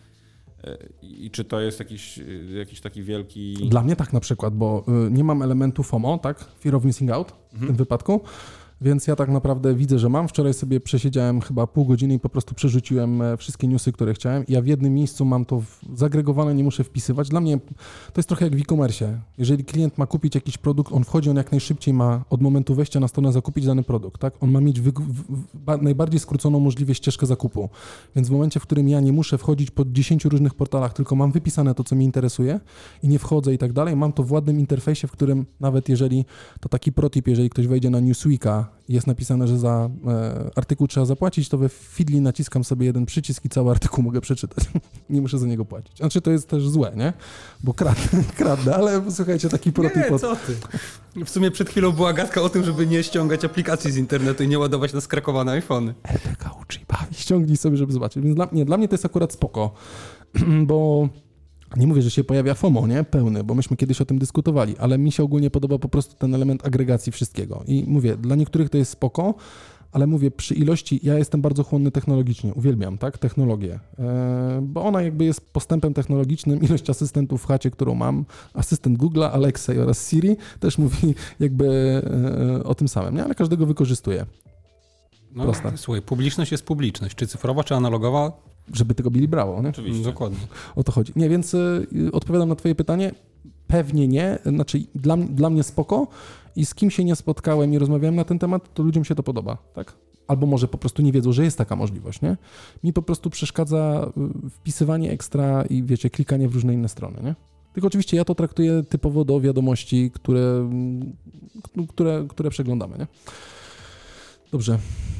I czy to jest jakiś, jakiś taki wielki... Dla mnie tak na przykład, bo nie mam elementu FOMO, tak? Fear of missing out w mhm. tym wypadku. Więc ja tak naprawdę widzę, że mam. Wczoraj sobie przesiedziałem chyba pół godziny i po prostu przerzuciłem wszystkie newsy, które chciałem. Ja w jednym miejscu mam to zagregowane, nie muszę wpisywać. Dla mnie to jest trochę jak w e-commerce. Jeżeli klient ma kupić jakiś produkt, on wchodzi, on jak najszybciej ma od momentu wejścia na stronę zakupić dany produkt, tak? On ma mieć wy, w, w, najbardziej skróconą możliwie ścieżkę zakupu. Więc w momencie, w którym ja nie muszę wchodzić po dziesięciu różnych portalach, tylko mam wypisane to, co mnie interesuje i nie wchodzę i tak dalej, mam to w ładnym interfejsie, w którym nawet jeżeli, to taki protip, jeżeli ktoś wejdzie na Newsweeka, jest napisane, że za e, artykuł trzeba zapłacić, to we Feedly naciskam sobie jeden przycisk i cały artykuł mogę przeczytać. Nie muszę za niego płacić. Znaczy to jest też złe, nie? Bo kradnę, kradnę, ale słuchajcie, taki protip. Nie, co ty? W sumie przed chwilą była gadka o tym, żeby nie ściągać aplikacji z internetu i nie ładować na skrakowane iPhony. R P K uczy i bawi. Ściągnij sobie, żeby zobaczyć. Więc dla, nie, dla mnie to jest akurat spoko, bo nie mówię, że się pojawia FOMO, nie? Pełny, bo myśmy kiedyś o tym dyskutowali, ale mi się ogólnie podoba po prostu ten element agregacji wszystkiego. I mówię, dla niektórych to jest spoko, ale mówię, przy ilości, ja jestem bardzo chłonny technologicznie, uwielbiam, tak, technologię, e, bo ona jakby jest postępem technologicznym, ilość asystentów w chacie, którą mam, asystent Google'a, Alexa oraz Siri też mówi jakby e, o tym samym, nie? Ale każdego wykorzystuję. No, Proste. Słuchaj, publiczność jest publiczność, czy cyfrowa, czy analogowa? Żeby tego Billy brało, nie? Oczywiście. Dokładnie. O to chodzi. Nie, więc y, odpowiadam na twoje pytanie. Pewnie nie, znaczy dla, dla mnie spoko i z kim się nie spotkałem i rozmawiałem na ten temat, to ludziom się to podoba, tak? Albo może po prostu nie wiedzą, że jest taka możliwość, nie? Mi po prostu przeszkadza wpisywanie ekstra i wiecie, klikanie w różne inne strony, nie? Tylko oczywiście ja to traktuję typowo do wiadomości, które, które, które przeglądamy, nie? Dobrze.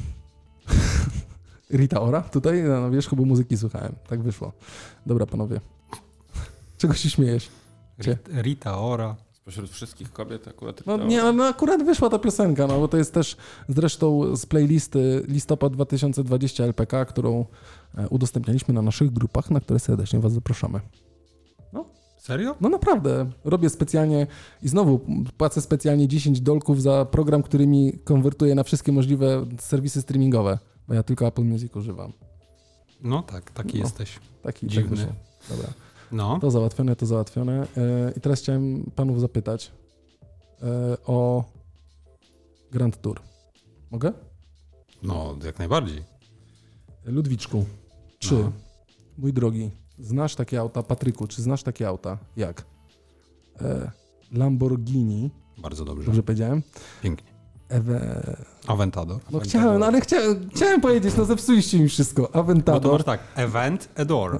Rita Ora tutaj na wierzchu, bo muzyki słuchałem. Tak wyszło. Dobra, panowie. Czego się śmiejesz? Cie? Rita Ora. Spośród wszystkich kobiet akurat... No to- nie, no akurat wyszła ta piosenka, no bo to jest też zresztą z playlisty listopad dwa tysiące dwudziesty L P K, którą udostępnialiśmy na naszych grupach, na które serdecznie was zapraszamy. Serio? No naprawdę, robię specjalnie i znowu płacę specjalnie dziesięć dolków za program, który mi konwertuje na wszystkie możliwe serwisy streamingowe, bo ja tylko Apple Music używam. No tak, taki No. jesteś. Taki Dziwny. Tak wyszło. Dobra. No. To załatwione, to załatwione. E, I teraz chciałem panów zapytać e, o Grand Tour. Mogę? No, jak najbardziej. Ludwiczku, czy, No. mój drogi, znasz takie auta, Patryku, czy znasz takie auta jak e, Lamborghini, Bardzo dobrze. dobrze powiedziałem? Pięknie. Ewe... Aventador. No chciałem, no ale chciałem, chciałem powiedzieć, no zepsuliście mi wszystko. No to Aventador. masz tak, Event, Adore.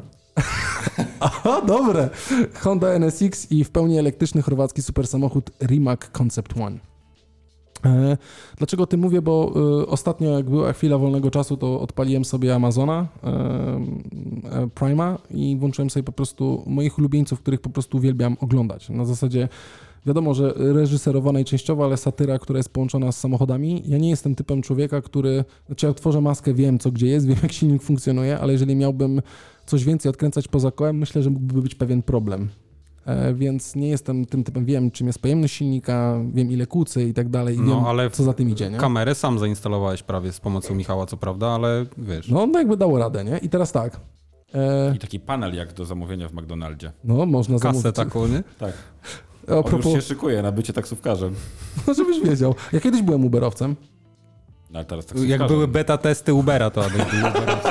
Aha, dobre. Honda N S X i w pełni elektryczny chorwacki super samochód Rimac Concept One. E, dlaczego o tym mówię? Bo e, ostatnio jak była chwila wolnego czasu, to odpaliłem sobie Amazona e, e, Prima i włączyłem sobie po prostu moich ulubieńców, których po prostu uwielbiam oglądać. Na zasadzie wiadomo, że reżyserowanej częściowo, ale satyra, która jest połączona z samochodami. Ja nie jestem typem człowieka, który... Znaczy ja otworzę maskę, wiem co gdzie jest, wiem jak silnik funkcjonuje, ale jeżeli miałbym coś więcej odkręcać poza kołem, myślę, że mógłby być pewien problem. E, więc nie jestem tym typem, wiem czym jest pojemność silnika, wiem ile kłócy i tak dalej, i No, wiem ale co za tym idzie, nie? Kamerę sam zainstalowałeś prawie z pomocą Michała, co prawda, ale wiesz. No, no jakby dało radę, nie? I teraz tak. E, I taki panel jak do zamówienia w McDonaldzie. no, można Kasę zamówić. taką, nie? Tak. A On propos, już się szykuje na bycie taksówkarzem. no, żebyś wiedział. Ja kiedyś byłem Uberowcem. No, ale teraz taksówkarzem. Jak były beta testy Ubera, to Adaś był Uberem.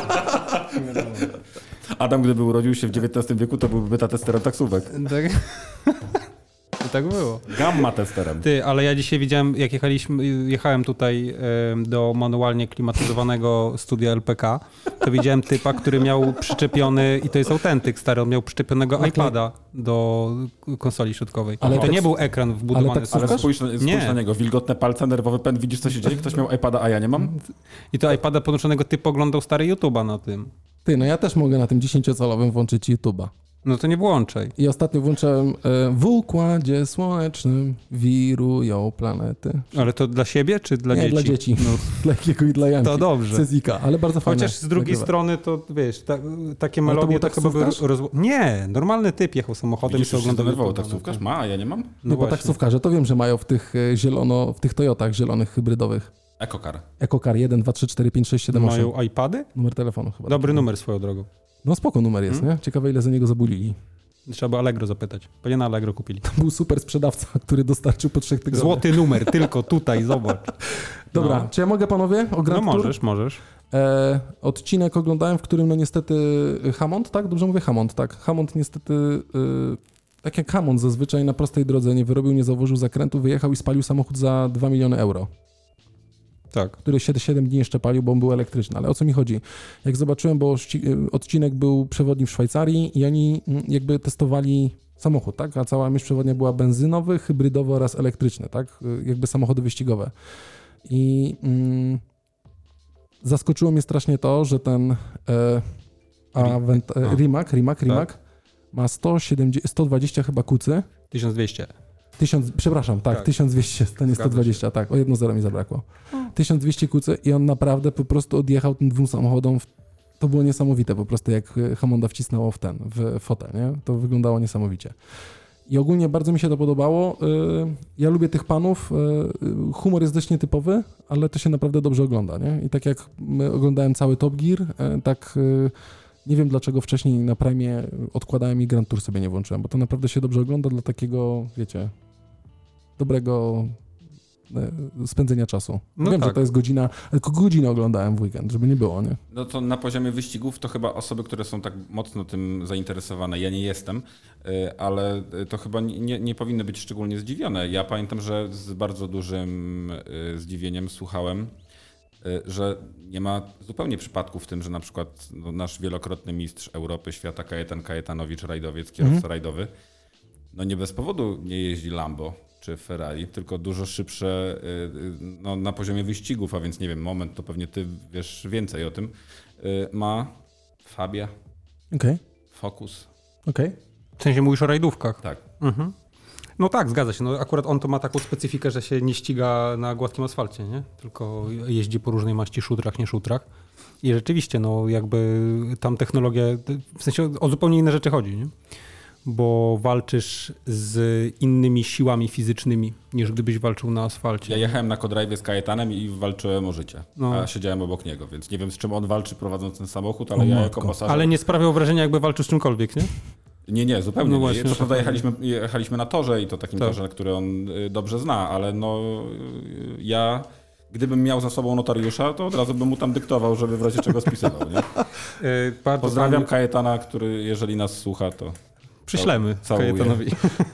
Adam, gdyby urodził się w dziewiętnastym wieku, to byłby beta testerem taksówek. Tak? To tak było. Gamma testerem. Ty, ale ja dzisiaj widziałem, jak jechaliśmy, jechałem tutaj em, do manualnie klimatyzowanego studia L P K, to widziałem typa, który miał przyczepiony, i to jest autentyk stary, on miał przyczepionego Ale to- iPada do konsoli środkowej. Ale Ale to taks- nie był ekran wbudowany. ale z- Ale Słuchasz? spójrz na, spójrz Nie. na niego, wilgotne palce, nerwowy pęd, widzisz co się dzieje? Ktoś miał iPada, a ja nie mam? I to iPada podłączonego typ oglądał stary YouTube'a na tym. Ty, no ja też mogę na tym dziesięciocalowym włączyć YouTube'a. No to nie włączaj. I ostatnio włączałem e, w układzie słonecznym wirują planety. Ale to dla siebie, czy dla Nie, dzieci? dla dzieci. No, Dla jakiego i dla Janki. to dobrze. Cezika, ale bardzo fajne. Chociaż z drugiej nagrywa. strony to, wiesz, ta, takie Ale to melodie był to, chyba by taksówkarz? roz... Nie, normalny typ jechał samochodem Widzisz, i to już się oglądał zdenerwował YouTube'a, taksówkarz? no. Ma, a ja nie mam? No, No bo właśnie. taksówkarze to wiem, że mają w tych e, zielono, w tych Toyotach zielonych hybrydowych. EcoCar. EcoCar jeden, dwa, trzy, cztery, pięć, sześć, siedem, osiem. Mają iPady? Numer telefonu chyba. Dobry taki. numer swoją drogą. No spoko numer jest, Hmm? nie? Ciekawe ile za niego zabulili. Trzeba by Allegro zapytać. Pewnie na Allegro kupili. To był super sprzedawca, który dostarczył po trzech tygodniach. Złoty numer, tylko tutaj, zobacz. Dobra, No. czy ja mogę, panowie, o Grand No Tour? możesz, możesz. E, odcinek oglądałem, w którym no niestety Hammond, tak? Dobrze mówię? Hammond, tak. Hammond niestety, y, tak jak Hammond zazwyczaj na prostej drodze nie wyrobił, nie zauważył zakrętu, wyjechał i spalił samochód za dwa miliony euro. Tak. Który siedem dni jeszcze palił, bo on był elektryczny. Ale o co mi chodzi? Jak zobaczyłem, bo ści- odcinek był przewodni w Szwajcarii i oni mm, jakby testowali samochód, tak? A cała myśl przewodnia była benzynowy, hybrydowy oraz elektryczny, tak? Y, Jakby samochody wyścigowe. I mm, zaskoczyło mnie strasznie to, że ten e, Avent, e, no. Rimac, Rimac, Rimac ma sto siedemdziesiąt, sto dwadzieścia chyba kucy. tysiąc dwieście. tysiąc, przepraszam, tak, Tak. tysiąc dwieście, to nie Zgadza sto dwadzieścia, tak, o jedno zero mi zabrakło. tysiąc dwieście kucy i on naprawdę po prostu odjechał tym dwóm samochodom. W, to było niesamowite, po prostu jak Hammonda wcisnęło w ten, w fotel, nie? To wyglądało niesamowicie. I ogólnie bardzo mi się to podobało. Y, Ja lubię tych panów. y, Humor jest dość nietypowy, ale to się naprawdę dobrze ogląda, nie? I tak jak my oglądałem cały Top Gear, y, tak y, nie wiem dlaczego wcześniej na Prime odkładałem i Grand Tour sobie nie włączyłem, bo to naprawdę się dobrze ogląda dla takiego, wiecie, dobrego y, spędzenia czasu. No wiem, tak. że to jest godzina, tylko godzinę oglądałem w weekend, żeby nie było, nie? No to na poziomie wyścigów to chyba osoby, które są tak mocno tym zainteresowane, ja nie jestem, y, ale to chyba nie, nie powinny być szczególnie zdziwione. Ja pamiętam, że z bardzo dużym y, zdziwieniem słuchałem, y, że nie ma zupełnie przypadku w tym, że na przykład no, nasz wielokrotny mistrz Europy, świata Kajetan Kajetanowicz, rajdowiec, kierowca Mhm. rajdowy, no nie bez powodu nie jeździ Lambo czy Ferrari, tylko dużo szybsze y, y, no, na poziomie wyścigów, a więc nie wiem, Moment, to pewnie ty wiesz więcej o tym, y, ma Fabia, Okej, Focus, okej. W sensie mówisz o rajdówkach. tak. Mhm. No tak, zgadza się. No akurat on to ma taką specyfikę, że się nie ściga na gładkim asfalcie, nie? Tylko jeździ po różnej maści szutrach, nie szutrach. I rzeczywiście, no jakby tam technologia, w sensie o zupełnie inne rzeczy chodzi, nie? Bo walczysz z innymi siłami fizycznymi, niż gdybyś walczył na asfalcie. Ja jechałem na Kodrive z Kajetanem i walczyłem o życie, No. a siedziałem obok niego, więc nie wiem z czym on walczy prowadząc ten samochód, ale O ja matko. jako pasażer... Ale nie sprawiał wrażenia, jakby walczył z czymkolwiek, nie? Nie, nie, zupełnie No nie. właśnie, Co prawda tak. jechaliśmy, jechaliśmy na torze i to takim Tak. torze, który on y, dobrze zna, ale no y, ja gdybym miał za sobą notariusza, to od razu bym mu tam dyktował, żeby w razie czego spisywał. Nie? Yy, bardzo Pozdrawiam fajnie. Kajetana, który jeżeli nas słucha, to Przyślemy Całuję. Kajetanowi.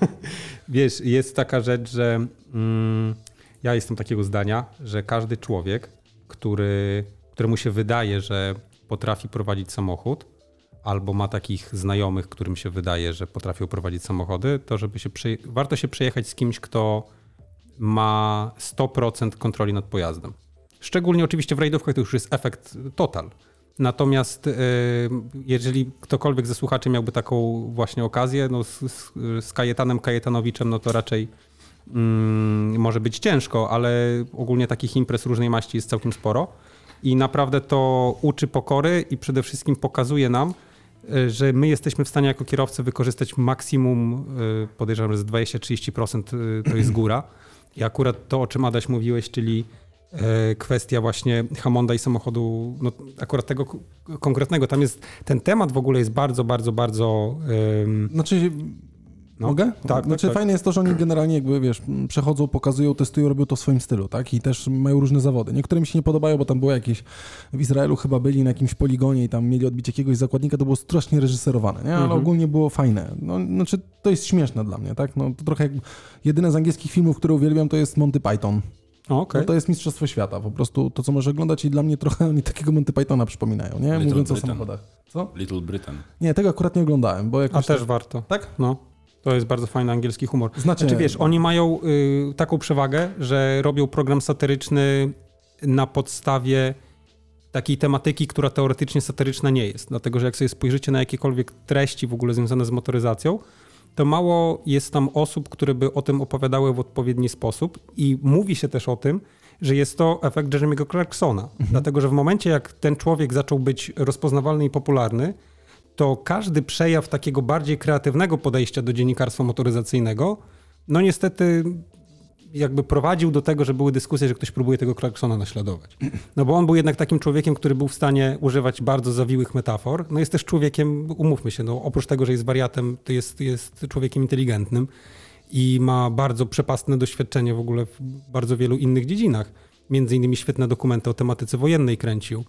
Wiesz, jest taka rzecz, że mm, ja jestem takiego zdania, że każdy człowiek, który, któremu się wydaje, że potrafi prowadzić samochód, albo ma takich znajomych, którym się wydaje, że potrafią prowadzić samochody, to żeby się przeje- warto się przejechać z kimś, kto ma sto procent kontroli nad pojazdem. Szczególnie oczywiście w rajdówkach to już jest efekt total. Natomiast y, jeżeli ktokolwiek ze słuchaczy miałby taką właśnie okazję, no z, z, z Kajetanem Kajetanowiczem, no to raczej mm, może być ciężko, ale ogólnie takich imprez różnej maści jest całkiem sporo i naprawdę to uczy pokory i przede wszystkim pokazuje nam, y, że my jesteśmy w stanie jako kierowcy wykorzystać maksimum, y, podejrzewam, że z dwadzieścia do trzydziestu procent y, to jest góra. I akurat to, o czym Adaś mówiłeś, czyli e, kwestia właśnie Hammonda i samochodu, no akurat tego k- konkretnego, tam jest, ten temat w ogóle jest bardzo, bardzo, bardzo... em, Znaczy, no. mogę? Tak, Znaczy tak, tak. fajne jest to, że oni generalnie jakby, wiesz, przechodzą, pokazują, testują, robią to w swoim stylu, tak? I też mają różne zawody. Niektóre mi się nie podobają, bo tam było jakieś, w Izraelu chyba byli na jakimś poligonie i tam mieli odbić jakiegoś zakładnika, to było strasznie reżyserowane, nie? Ale Mhm. ogólnie było fajne. No, znaczy, to jest śmieszne dla mnie, tak? No, to trochę jak, jedyne z angielskich filmów, które uwielbiam, to jest Monty Python. O, okej. No to jest Mistrzostwo Świata, po prostu to, co możesz oglądać i dla mnie trochę oni takiego Monty Pythona przypominają, nie? Little Mówiąc o Britain. samochodach. Co? Little Britain. Nie, tego akurat nie oglądałem, bo A jakoś też tak- warto. Tak? No. To jest bardzo fajny angielski humor. Znacie- Znaczy wiesz, oni mają y, taką przewagę, że robią program satyryczny na podstawie takiej tematyki, która teoretycznie satyryczna nie jest. Dlatego, że jak sobie spojrzycie na jakiekolwiek treści w ogóle związane z motoryzacją, to mało jest tam osób, które by o tym opowiadały w odpowiedni sposób i mówi się też o tym, że jest to efekt Jeremy'ego Clarksona. Mhm. Dlatego, że w momencie jak ten człowiek zaczął być rozpoznawalny i popularny, to każdy przejaw takiego bardziej kreatywnego podejścia do dziennikarstwa motoryzacyjnego, no niestety jakby prowadził do tego, że były dyskusje, że ktoś próbuje tego Clarksona naśladować. No bo on był jednak takim człowiekiem, który był w stanie używać bardzo zawiłych metafor. No jest też człowiekiem, umówmy się, no oprócz tego, że jest wariatem, to jest, jest człowiekiem inteligentnym i ma bardzo przepastne doświadczenie w ogóle w bardzo wielu innych dziedzinach. Między innymi świetne dokumenty o tematyce wojennej kręcił.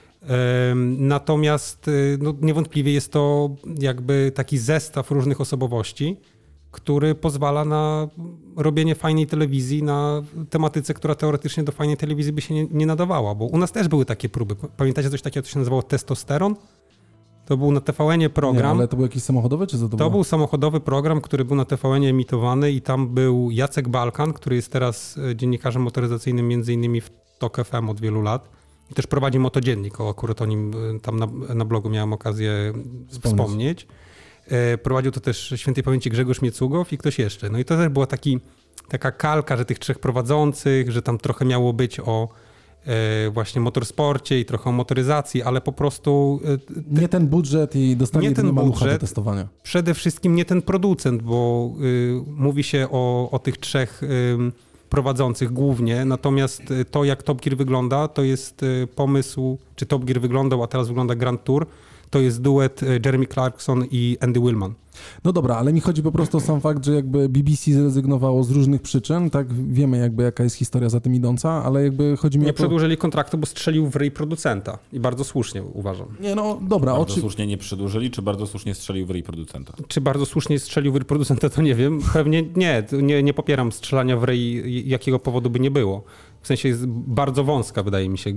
Natomiast no, niewątpliwie jest to jakby taki zestaw różnych osobowości, który pozwala na robienie fajnej telewizji na tematyce, która teoretycznie do fajnej telewizji by się nie, nie nadawała, bo u nas też były takie próby. Pamiętacie coś takiego, co się nazywało Testosteron? To był na T V N-ie program. Nie, ale to był jakiś samochodowy, czy co to, to było? był samochodowy program, który był na T V N-ie emitowany i tam był Jacek Balkan, który jest teraz dziennikarzem motoryzacyjnym między innymi w Tok F M od wielu lat. I też prowadzi motodziennik, o akurat o nim tam na, na blogu miałem okazję wspomnieć. wspomnieć. E, prowadził to też świętej pamięci Grzegorz Miecugow i ktoś jeszcze. No i to też była taki, taka kalka, że tych trzech prowadzących, że tam trochę miało być o e, właśnie motorsporcie i trochę o motoryzacji, ale po prostu... E, te, nie ten budżet i dostanie nie ten malucha do budżet, testowania. Przede wszystkim nie ten producent, bo y, mówi się o, o tych trzech... Y, prowadzących głównie, natomiast to, jak Top Gear wygląda, to jest pomysł, czy Top Gear wyglądał, a teraz wygląda Grand Tour, to jest duet Jeremy Clarkson i Andy Willman. No dobra, ale mi chodzi po prostu o sam fakt, że jakby B B C zrezygnowało z różnych przyczyn, tak, wiemy jakby jaka jest historia za tym idąca, ale jakby chodzi mi nie o to... Nie przedłużyli kontraktu, bo strzelił w ryj producenta i bardzo słusznie uważam. Nie, no dobra. Bardzo oczy... słusznie nie przedłużyli, czy bardzo słusznie strzelił w ryj producenta? Czy bardzo słusznie strzelił w ryj producenta, to nie wiem. Pewnie nie, nie, nie popieram strzelania w ryj, jakiego powodu by nie było. W sensie jest bardzo wąska, wydaje mi się,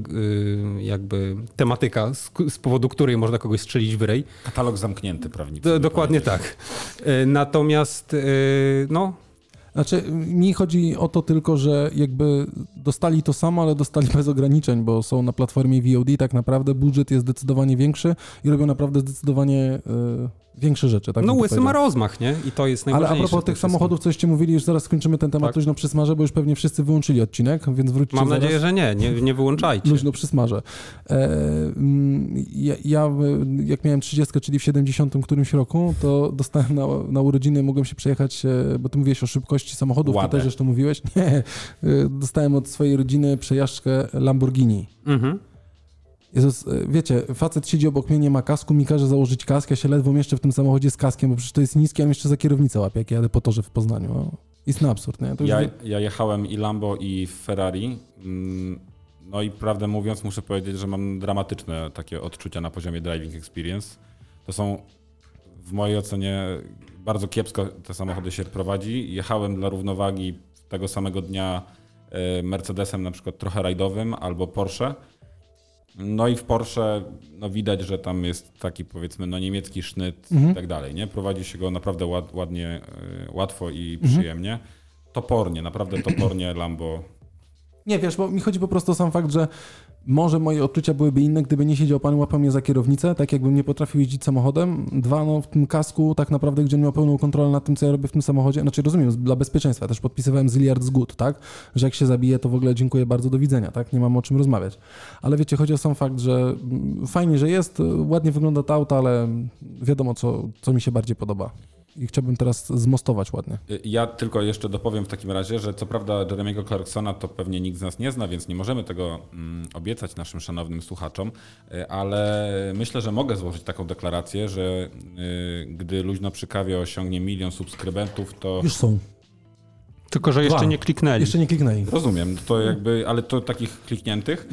jakby tematyka, z powodu której można kogoś strzelić w ryj. Katalog zamknięty prawniczy. Do, dokładnie tak. Natomiast, no... Znaczy, mi chodzi o to tylko, że jakby dostali to samo, ale dostali bez ograniczeń, bo są na platformie V O D, tak naprawdę budżet jest zdecydowanie większy i robią naprawdę zdecydowanie y, większe rzeczy. Tak no Łysy ma rozmach, nie? I to jest najważniejsze. Ale a propos tych samochodów, coście mówili, już zaraz skończymy ten temat tak. luźno przysmażę, bo już pewnie wszyscy wyłączyli odcinek, więc wróćcie Mam zaraz. nadzieję, że nie, nie, nie wyłączajcie. Luźno przysmażę. E, ja, ja jak miałem trzydziestkę, czyli w siedemdziesiątym którymś roku, to dostałem na, na urodziny, mogłem się przejechać, bo ty mówiłeś o szybkości samochodów, Ładę. ty też zresztą mówiłeś. Nie, dostałem od swojej rodziny przejażdżkę Lamborghini. Mhm. Jezus, wiecie, facet siedzi obok mnie, nie ma kasku, mi każe założyć kask, ja się ledwo mieszczę w tym samochodzie z kaskiem, bo przecież to jest niskie, a on jeszcze za kierownicę łapie, jak jadę po torze w Poznaniu. No, istny absurd, nie? To ja, już... ja jechałem i Lambo, i Ferrari, no i prawdę mówiąc muszę powiedzieć, że mam dramatyczne takie odczucia na poziomie driving experience. To są w mojej ocenie bardzo kiepsko te samochody się prowadzi. Jechałem dla równowagi tego samego dnia Mercedesem na przykład trochę rajdowym albo Porsche. No i w Porsche no widać, że tam jest taki powiedzmy no niemiecki sznyt mhm. i tak dalej, nie? Prowadzi się go naprawdę ład, ładnie, łatwo i mhm. przyjemnie. Topornie, naprawdę topornie Lambo. Nie, wiesz, bo mi chodzi po prostu o sam fakt, że może moje odczucia byłyby inne, gdyby nie siedział pan, łapał mnie za kierownicę, tak jakbym nie potrafił jeździć samochodem. Dwa, no w tym kasku tak naprawdę, gdzie miał pełną kontrolę nad tym, co ja robię w tym samochodzie. Znaczy rozumiem, dla bezpieczeństwa też podpisywałem Zilliard's Good, tak? Że jak się zabije, to w ogóle dziękuję bardzo, do widzenia, tak? Nie mam o czym rozmawiać. Ale wiecie, chodzi o sam fakt, że fajnie, że jest, ładnie wygląda to auto, ale wiadomo, co, co mi się bardziej podoba. I chciałbym teraz zmostować ładnie. Ja tylko jeszcze dopowiem w takim razie, że co prawda Jeremiego Clarksona to pewnie nikt z nas nie zna, więc nie możemy tego mm, obiecać naszym szanownym słuchaczom, ale myślę, że mogę złożyć taką deklarację, że y, gdy Luźno przy kawie osiągnie milion subskrybentów, to... Już są. Tylko, że jeszcze Dwa. nie kliknęli. Jeszcze nie kliknęli. Rozumiem, to jakby, ale to takich klikniętych,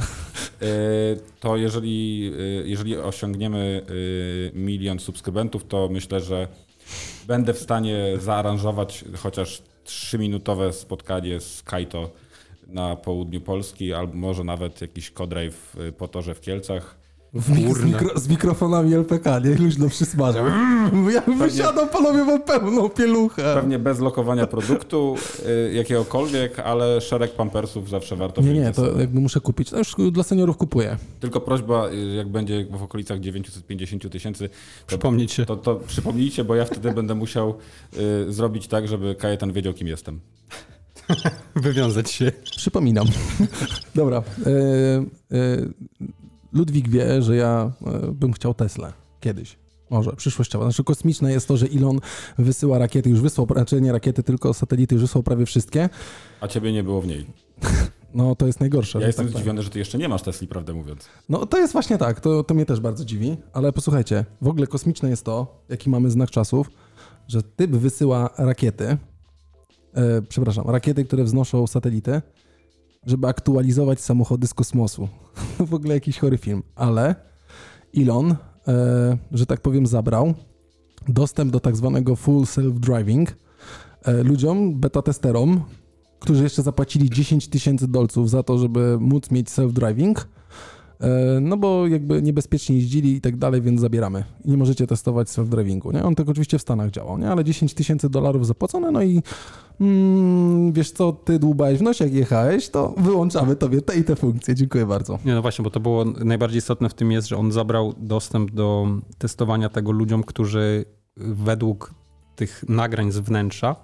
to jeżeli, jeżeli osiągniemy milion subskrybentów, to myślę, że będę w stanie zaaranżować chociaż trzyminutowe spotkanie z Kajto na południu Polski, albo może nawet jakiś co-drive po torze w Kielcach. Z, mikro, z mikrofonami L P K, nie? Luźno przysmażę. Ja wysiadam, panowie, mam pełną pieluchę. Pewnie bez lokowania produktu y, jakiegokolwiek, ale szereg pampersów zawsze warto Nie, nie, to sobie. Jakby muszę kupić. To już dla seniorów kupuję. Tylko prośba, jak będzie w okolicach dziewięćset pięćdziesiąt tysięcy, przypomnieć się. To, to, to przypomnijcie, bo ja wtedy będę musiał y, zrobić tak, żeby Kajetan wiedział, kim jestem. Wywiązać się. Przypominam. Dobra. Y, y, Ludwik wie, że ja bym chciał Teslę kiedyś. Może, przyszłościowa. Znaczy kosmiczne jest to, że Elon wysyła rakiety, już wysłał, znaczy nie rakiety, tylko satelity, już wysłał prawie wszystkie. A ciebie nie było w niej. No to jest najgorsze. Ja jestem tak zdziwiony, że ty jeszcze nie masz Tesli, prawdę mówiąc. No to jest właśnie tak, to, to mnie też bardzo dziwi, ale posłuchajcie, w ogóle kosmiczne jest to, jaki mamy znak czasów, że typ wysyła rakiety, e, przepraszam, rakiety, które wznoszą satelity, żeby aktualizować samochody z kosmosu. W ogóle jakiś chory film, ale Elon, e, że tak powiem, zabrał dostęp do tak zwanego full self-driving e, ludziom, beta testerom, którzy jeszcze zapłacili dziesięć tysięcy dolców za to, żeby móc mieć self-driving, no bo jakby niebezpiecznie jeździli i tak dalej, więc zabieramy. I nie możecie testować self-drivingu, nie? On tak oczywiście w Stanach działał, nie? Ale dziesięć tysięcy dolarów zapłacone, no i mm, wiesz co, ty dłubałeś w nosie, jak jechałeś, to wyłączamy tobie te i te funkcje. Dziękuję bardzo. Nie, no właśnie, bo to było najbardziej istotne w tym jest, że on zabrał dostęp do testowania tego ludziom, którzy według tych nagrań z wnętrza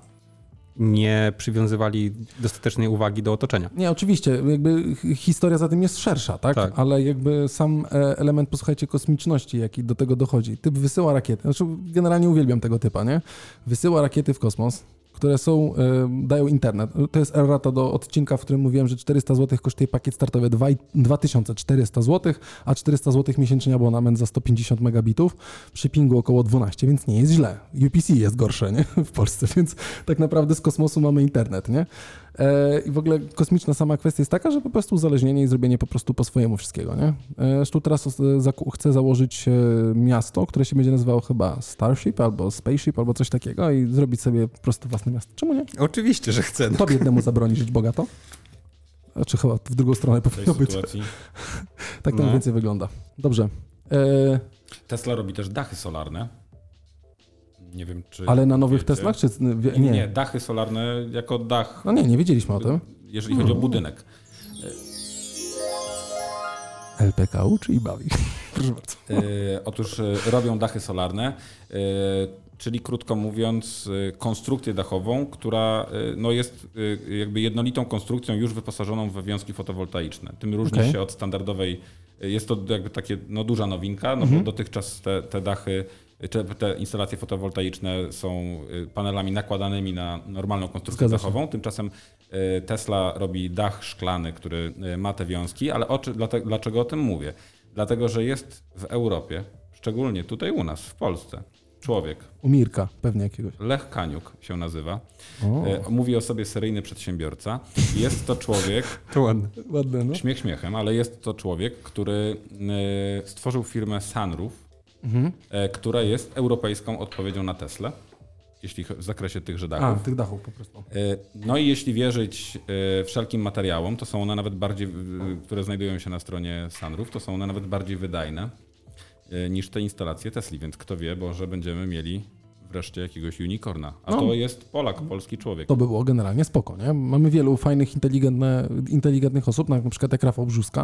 nie przywiązywali dostatecznej uwagi do otoczenia. Nie, oczywiście, jakby historia za tym jest szersza, tak? Tak. Ale jakby sam element, posłuchajcie, kosmiczności, jaki do tego dochodzi. Typ wysyła rakiety, znaczy generalnie uwielbiam tego typa, nie? Wysyła rakiety w kosmos, które są, y, dają internet. To jest errata do odcinka, w którym mówiłem, że czterysta złotych kosztuje pakiet startowy dwa tysiące czterysta złotych, a czterysta złotych miesięcznie abonament za sto pięćdziesiąt megabitów, przy pingu około dwanaście, więc nie jest źle. U P C jest gorsze, nie? W Polsce, więc tak naprawdę z kosmosu mamy internet, nie? E, I w ogóle kosmiczna sama kwestia jest taka, że po prostu uzależnienie i zrobienie po prostu po swojemu wszystkiego, nie? Zresztą teraz chcę założyć miasto, które się będzie nazywało chyba Starship albo Spaceship albo coś takiego i zrobić sobie po prostu własne miasto. Czemu nie? Oczywiście, że chcę. No. To biednemu zabroni żyć bogato? Czy chyba w drugą stronę powinno być. Sytuacji. Tak to No. mniej więcej wygląda. Dobrze. E, Tesla robi też dachy solarne. Nie wiem, czy... ale na nowych wiecie. Teslach? Czy, wie, Nie, nie, nie. nie, dachy solarne jako dach, No nie, nie wiedzieliśmy o tym. jeżeli chodzi o budynek. L P K U czy Ibawi? Proszę bardzo. E, otóż e, robią dachy solarne, e, czyli krótko mówiąc e, konstrukcję dachową, która e, no jest e, jakby jednolitą konstrukcją już wyposażoną we wiązki fotowoltaiczne. Tym różni Okay. się od standardowej, e, jest to jakby takie no, duża nowinka, no Mhm. bo dotychczas te, te dachy, czy te instalacje fotowoltaiczne są e, panelami nakładanymi na normalną konstrukcję Zgadza się. dachową. Tymczasem e, Tesla robi dach szklany, który e, ma te wiązki, ale o, czy- dlate- dlaczego o tym mówię? Dlatego, że jest w Europie, szczególnie tutaj u nas, w Polsce, człowiek, U Mirka pewnie jakiegoś. Lech Kaniuk się nazywa, O, e, mówi o sobie seryjny przedsiębiorca. Jest to człowiek, To ładne. ładne, no. śmiech śmiechem, ale jest to człowiek, który e, stworzył firmę Sunroof, Mhm. e, która jest europejską odpowiedzią na Teslę, jeśli cho- w zakresie tychże A, dachów. tych dachów po prostu. E, No i jeśli wierzyć e, wszelkim materiałom, to są one nawet bardziej, w- które znajdują się na stronie Sunroof, to są one nawet bardziej wydajne e, niż te instalacje Tesli, więc kto wie, może będziemy mieli wreszcie jakiegoś unicorna. A No. to jest Polak, polski człowiek. To by było generalnie spoko, nie? Mamy wielu fajnych, inteligentne, inteligentnych osób, na przykład jak Rafał Brzuska.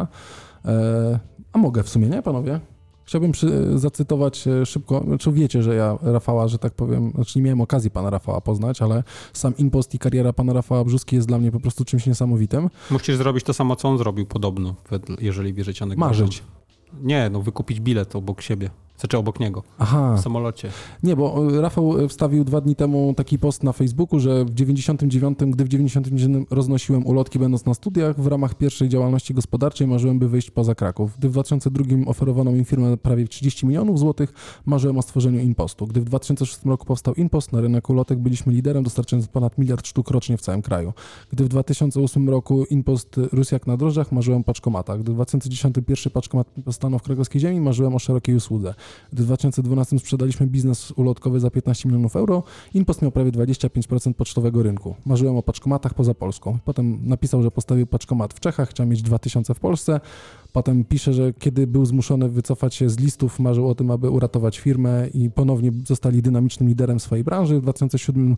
E, a mogę w sumie, nie, panowie? Chciałbym przy, zacytować e, szybko, znaczy wiecie, że ja Rafała, że tak powiem, znaczy nie miałem okazji pana Rafała poznać, ale sam impost i kariera pana Rafała Brzuski jest dla mnie po prostu czymś niesamowitym. Musisz zrobić to samo, co on zrobił podobno, wedle- jeżeli wierzycie anegdotom. Marzyć. Nie, no wykupić bilet obok siebie. Znaczy obok niego, Aha. w samolocie. Nie, bo e, Rafał wstawił dwa dni temu taki post na Facebooku, że w dziewięćdziesiątym dziewiątym, gdy w dziewięćdziesiątym dziewiątym roznosiłem ulotki będąc na studiach, w ramach pierwszej działalności gospodarczej marzyłem, by wyjść poza Kraków. Gdy w dwa tysiące drugim oferowano mi firmę prawie trzydzieści milionów złotych, marzyłem o stworzeniu Impostu. Gdy w dwa tysiące szóstym roku powstał Impost, na rynek ulotek byliśmy liderem, dostarczając ponad miliard sztuk rocznie w całym kraju. Gdy w dwa tysiące ósmym roku Impost rósł jak na drożdżach, marzyłem o paczkomatach. Gdy w dwa tysiące dziesiątym pierwszy paczkomat stanął w krakowskiej ziemi, marzyłem o szerokiej usłudze. Gdy w dwa tysiące dwunastym sprzedaliśmy biznes ulotkowy za piętnaście milionów euro, Impost miał prawie dwadzieścia pięć procent pocztowego rynku. Marzyłem o paczkomatach poza Polską. Potem napisał, że postawił paczkomat w Czechach, chciał mieć dwa tysiące w Polsce. Potem pisze, że kiedy był zmuszony wycofać się z listów, marzył o tym, aby uratować firmę i ponownie zostali dynamicznym liderem swojej branży. W dwa tysiące siódmym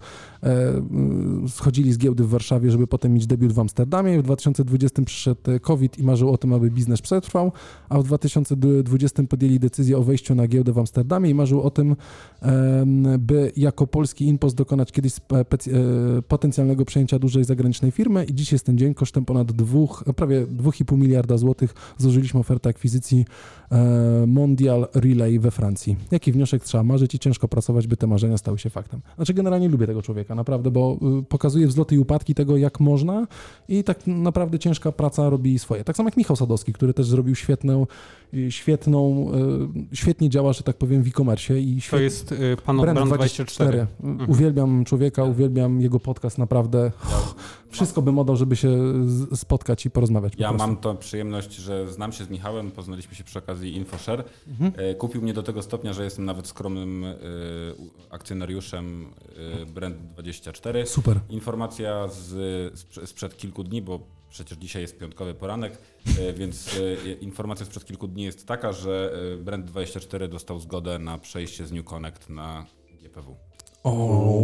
e, schodzili z giełdy w Warszawie, żeby potem mieć debiut w Amsterdamie. W dwa tysiące dwudziestym przyszedł COVID i marzył o tym, aby biznes przetrwał, a w dwa tysiące dwudziestym podjęli decyzję o wejściu na na giełdę w Amsterdamie i marzył o tym, by jako polski impost dokonać kiedyś spec- potencjalnego przejęcia dużej zagranicznej firmy i dziś jest ten dzień, kosztem ponad dwóch, prawie dwa i pół miliarda złotych złożyliśmy ofertę akwizycji Mondial Relay we Francji. Jaki wniosek? Trzeba marzyć i ciężko pracować, by te marzenia stały się faktem. Znaczy generalnie lubię tego człowieka, naprawdę, bo pokazuje wzloty i upadki tego, jak można i tak naprawdę ciężka praca robi swoje. Tak samo jak Michał Sadowski, który też zrobił świetną, świetną, świetnie działa, że tak powiem, w e-commerce. I świet... To jest pan od Brand dwadzieścia cztery. Mhm. Uwielbiam człowieka, uwielbiam jego podcast, naprawdę. Wszystko bym oddał, żeby się spotkać i porozmawiać. Po ja prostu. mam tą przyjemność, że znam się z Michałem, poznaliśmy się przy okazji InfoShare. Mhm. Kupił mnie do tego stopnia, że jestem nawet skromnym y, akcjonariuszem y, Brand dwadzieścia cztery. Super. Informacja z, sprzed kilku dni, bo przecież dzisiaj jest piątkowy poranek, y, więc y, informacja sprzed kilku dni jest taka, że y, Brand dwadzieścia cztery dostał zgodę na przejście z New Connect na G P W. O.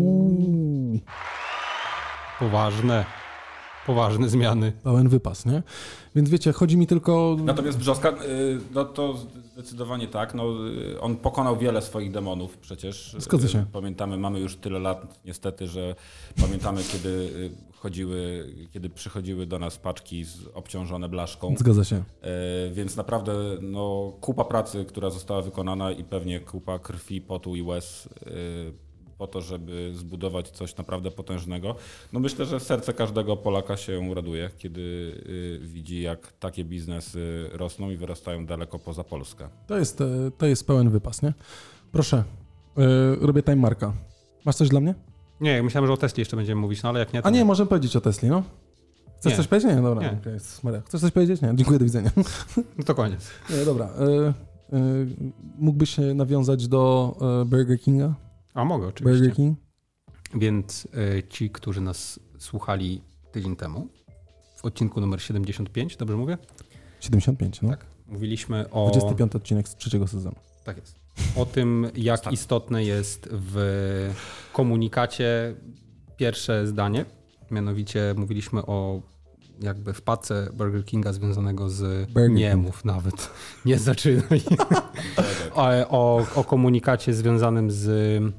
Poważne, poważne zmiany. Pełen wypas, nie? Więc wiecie, chodzi mi tylko... Natomiast Brzoska, no to zdecydowanie tak, no, on pokonał wiele swoich demonów przecież. Zgadza się. Pamiętamy, mamy już tyle lat niestety, że pamiętamy, kiedy chodziły, kiedy przychodziły do nas paczki z obciążone blaszką. Zgadza się. Więc naprawdę no, kupa pracy, która została wykonana i pewnie kupa krwi, potu i łez po to, żeby zbudować coś naprawdę potężnego. No myślę, że serce każdego Polaka się raduje, kiedy y, widzi, jak takie biznesy rosną i wyrastają daleko poza Polskę. To jest, to jest pełen wypas, nie? Proszę, yy, robię time marka. Masz coś dla mnie? Nie, myślałem, że o Tesli jeszcze będziemy mówić, no ale jak nie, to... A nie, możemy powiedzieć o Tesli, no? Chcesz Nie. coś powiedzieć? Nie, dobra. Nie. Okay, Maria. Chcesz coś powiedzieć? Nie, dziękuję, do widzenia. No to koniec. Nie, dobra. Yy, yy, mógłbyś się nawiązać do yy, Burger Kinga? A mogę oczywiście. Burger King? Więc y, ci, którzy nas słuchali tydzień temu, w odcinku numer siedemdziesiąt pięć, dobrze mówię? siedemdziesiąt pięć, no. Tak. Mówiliśmy o... dwudziesty piąty odcinek z trzeciego sezonu. Tak jest. O tym, jak istotne jest w komunikacie pierwsze zdanie. Mianowicie mówiliśmy o jakby wpadce Burger Kinga związanego z... Burger nie King. mów nawet. Nie zaczynaj. o, o, o komunikacie związanym z,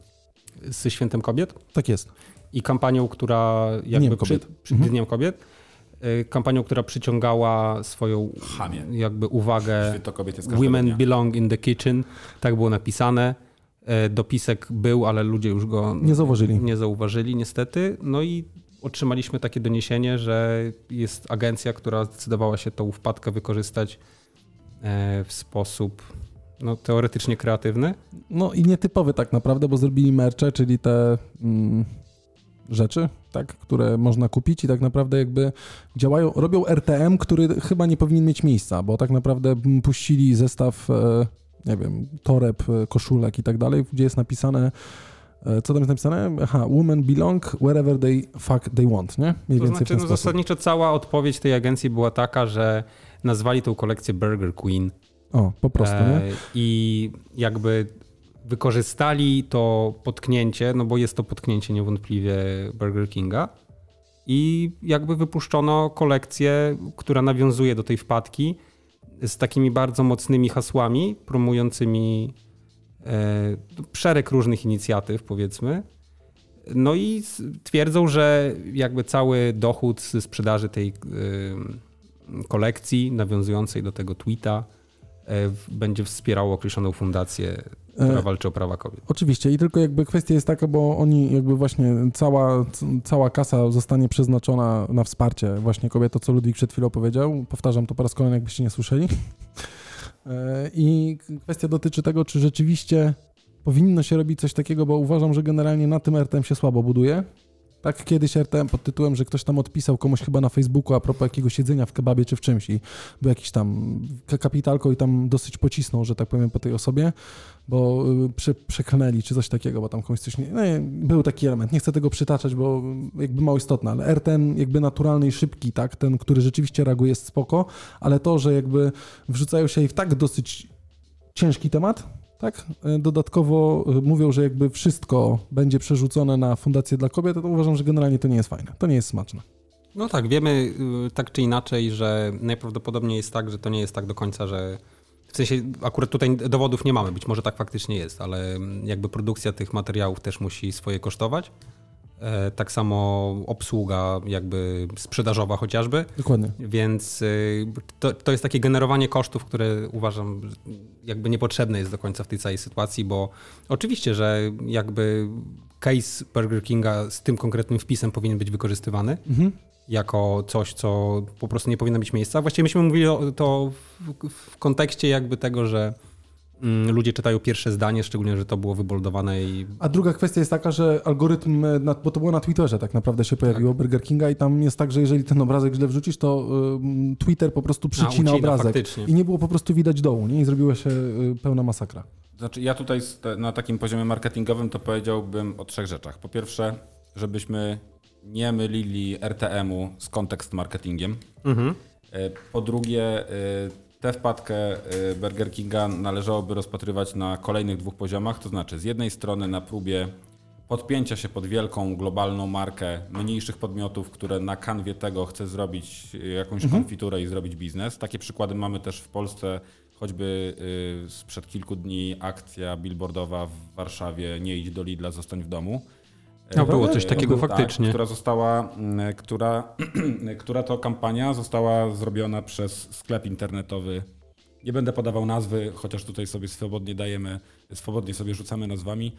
z Świętem Kobiet. Tak jest. I kampanią, która jakby Dniem przy, Kobiet. przy Mhm. Dniem Kobiet, y, kampanią, która przyciągała swoją Chamie. jakby uwagę Święto kobiet jest każdego Women dnia. belong in the kitchen, tak było napisane. Y, Dopisek był, ale ludzie już go Nie zauważyli. nie zauważyli niestety. No i otrzymaliśmy takie doniesienie, że jest agencja, która zdecydowała się tą wpadkę wykorzystać y, w sposób no, teoretycznie kreatywny. No i nietypowy tak naprawdę, bo zrobili mercze, czyli te mm, rzeczy, tak, które można kupić i tak naprawdę jakby działają, robią R T M, który chyba nie powinien mieć miejsca, bo tak naprawdę puścili zestaw, e, nie wiem, toreb, e, koszulek i tak dalej, gdzie jest napisane, e, co tam jest napisane? Aha, women belong wherever they fuck they want, nie? Mniej To więcej w znaczy, ten no, sposób. zasadniczo cała odpowiedź tej agencji była taka, że nazwali tą kolekcję Burger Queen. O, po prostu, nie? E, I jakby wykorzystali to potknięcie, no bo jest to potknięcie niewątpliwie Burger Kinga i jakby wypuszczono kolekcję, która nawiązuje do tej wpadki z takimi bardzo mocnymi hasłami promującymi e, szereg różnych inicjatyw, powiedzmy. No i twierdzą, że jakby cały dochód ze sprzedaży tej y, kolekcji nawiązującej do tego tweeta y, będzie wspierał określoną fundację, która E, walczy o prawa kobiet. Oczywiście i tylko jakby kwestia jest taka, bo oni jakby właśnie cała, c- cała kasa zostanie przeznaczona na wsparcie właśnie kobiet, to co Ludwik przed chwilą powiedział. Powtarzam to po raz kolejny, jakbyście nie słyszeli. E, I kwestia dotyczy tego, czy rzeczywiście powinno się robić coś takiego, bo uważam, że generalnie na tym R T M się słabo buduje. Tak, kiedyś R T M pod tytułem, że ktoś tam odpisał komuś chyba na Facebooku a propos jakiegoś jedzenia w kebabie czy w czymś i był jakiś tam ka- kapitalko i tam dosyć pocisnął, że tak powiem, po tej osobie, bo y, prze, przeklnęli czy coś takiego, bo tam komuś coś nie... No, nie, był taki element, nie chcę tego przytaczać, bo jakby mało istotne, ale R T M jakby naturalny i szybki, tak, ten, który rzeczywiście reaguje jest spoko, ale to, że jakby wrzucają się w tak dosyć ciężki temat, tak? Dodatkowo mówią, że jakby wszystko będzie przerzucone na Fundację dla Kobiet, to uważam, że generalnie to nie jest fajne. To nie jest smaczne. No tak, wiemy y, tak czy inaczej, że najprawdopodobniej jest tak, że to nie jest tak do końca, że W sensie akurat tutaj dowodów nie mamy, być może tak faktycznie jest, ale jakby produkcja tych materiałów też musi swoje kosztować. Tak samo obsługa jakby sprzedażowa chociażby. Dokładnie. Więc to, to jest takie generowanie kosztów, które uważam jakby niepotrzebne jest do końca w tej całej sytuacji, bo oczywiście, że jakby case Burger Kinga z tym konkretnym wpisem powinien być wykorzystywany mhm. jako coś, co po prostu nie powinno mieć miejsca. Właściwie myśmy mówili to w, w kontekście jakby tego, że ludzie czytają pierwsze zdanie, szczególnie, że to było wyboldowane. I... A druga kwestia jest taka, że algorytm, bo to było na Twitterze tak naprawdę się pojawiło, tak. Burger Kinga i tam jest tak, że jeżeli ten obrazek źle wrzucisz, to y, Twitter po prostu przycina A, ucina, obrazek faktycznie. I nie było po prostu widać dołu, nie? I zrobiła się y, pełna masakra. Znaczy ja tutaj na takim poziomie marketingowym to powiedziałbym o trzech rzeczach. Po pierwsze, żebyśmy nie mylili R T M-u z kontekst marketingiem. Mhm. Po drugie, tę wpadkę Burger Kinga należałoby rozpatrywać na kolejnych dwóch poziomach, to znaczy z jednej strony na próbie podpięcia się pod wielką globalną markę mniejszych podmiotów, które na kanwie tego chce zrobić jakąś mhm. konfiturę i zrobić biznes. Takie przykłady mamy też w Polsce, choćby sprzed kilku dni akcja billboardowa w Warszawie Nie idź do Lidla, zostań w domu. No było coś takiego tak, faktycznie. Która została, która, która to kampania została zrobiona przez sklep internetowy. Nie będę podawał nazwy, chociaż tutaj sobie swobodnie dajemy, swobodnie sobie rzucamy nazwami,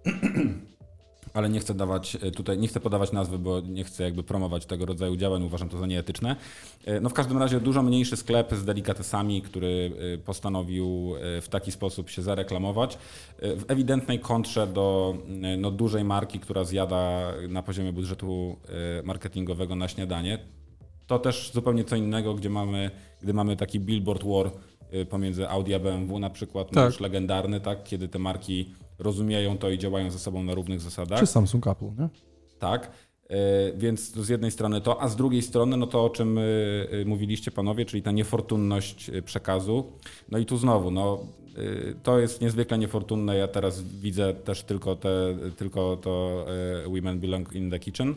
ale nie chcę dawać tutaj, nie chcę podawać nazwy, bo nie chcę jakby promować tego rodzaju działań, uważam to za nieetyczne. No w każdym razie dużo mniejszy sklep z delikatesami, który postanowił w taki sposób się zareklamować, w ewidentnej kontrze do no, dużej marki, która zjada na poziomie budżetu marketingowego na śniadanie. To też zupełnie co innego, gdzie mamy, gdy mamy taki billboard war pomiędzy Audi a B M W na przykład, tak. no już legendarny, tak, kiedy te marki rozumieją to i działają ze sobą na równych zasadach. Czy Samsung, Apple, nie? Tak, więc z jednej strony to, a z drugiej strony no to, o czym mówiliście panowie, czyli ta niefortunność przekazu. No i tu znowu, no to jest niezwykle niefortunne. Ja teraz widzę też tylko, te, tylko to Women Belong in the Kitchen.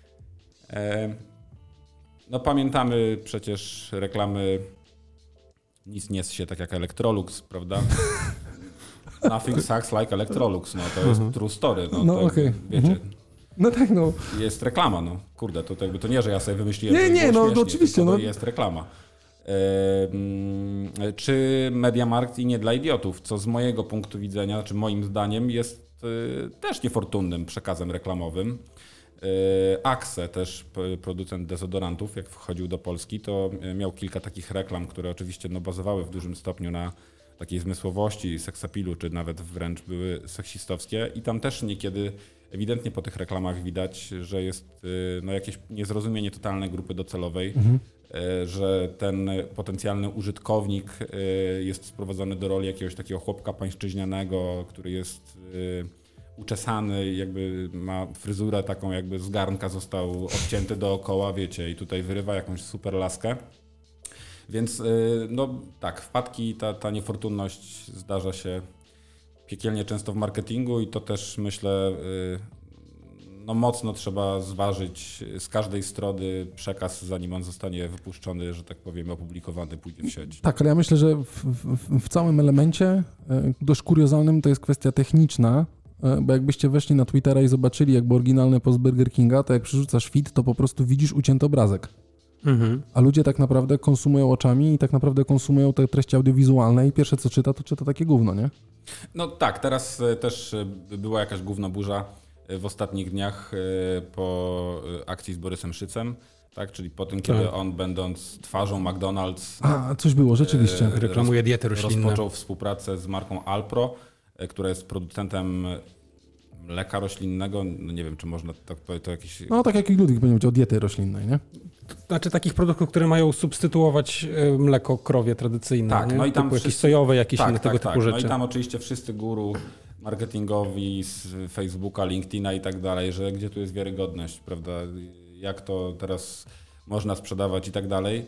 No pamiętamy przecież reklamy nic nie się tak jak Electrolux, prawda? Nothing sucks like Electrolux, no to jest true story. No, no to, okay. wiecie. Mhm. No tak, no. Jest reklama, no. Kurde, to, to jakby to nie, że ja sobie wymyśliłem. Nie, nie, no to oczywiście. No. Jest reklama. Yy, czy MediaMarkt i nie dla idiotów, co z mojego punktu widzenia, czy moim zdaniem jest yy, też niefortunnym przekazem reklamowym. Yy, Axe, też producent dezodorantów, jak wchodził do Polski, to miał kilka takich reklam, które oczywiście no, bazowały w dużym stopniu na takiej zmysłowości, seksapilu, czy nawet wręcz były seksistowskie i tam też niekiedy ewidentnie po tych reklamach widać, że jest no, jakieś niezrozumienie totalne grupy docelowej, mhm. że ten potencjalny użytkownik jest sprowadzony do roli jakiegoś takiego chłopka pańszczyźnianego, który jest uczesany, jakby ma fryzurę taką jakby z garnka został obcięty dookoła, wiecie, i tutaj wyrywa jakąś super laskę. Więc no tak, wpadki, ta, ta niefortunność zdarza się piekielnie często w marketingu i to też myślę no mocno trzeba zważyć z każdej strony przekaz, zanim on zostanie wypuszczony, że tak powiem, opublikowany, pójdzie w sieć. Tak, ale ja myślę, że w, w, w całym elemencie dość kuriozalnym to jest kwestia techniczna, bo jakbyście weszli na Twittera i zobaczyli jakby oryginalny post Burger Kinga, to jak przerzucasz feed, to po prostu widzisz ucięty obrazek. Mhm. A ludzie tak naprawdę konsumują oczami i tak naprawdę konsumują te treści audiowizualne i pierwsze co czyta, to czyta takie gówno, nie? No tak, teraz też była jakaś gówno burza w ostatnich dniach po akcji z Borysem Szycem, tak? Czyli po tym, kiedy tak. on będąc twarzą McDonald's... A, coś było, rzeczywiście. Reklamuje diety roślinne. Rozpoczął współpracę z marką Alpro, która jest producentem mleka roślinnego. No nie wiem, czy można tak powiedzieć, to jakiś... No tak jak i Ludwik będzie powiedział, diety roślinnej, nie? Znaczy takich produktów, które mają substytuować mleko krowie tradycyjne, tak, nie? No i tam typu wszyscy... jakieś sojowe, jakieś tak, inne tak, tego tak. typu rzeczy. No i tam oczywiście wszyscy guru marketingowi z Facebooka, LinkedIna i tak dalej, że gdzie tu jest wiarygodność, prawda? Jak to teraz można sprzedawać i tak dalej.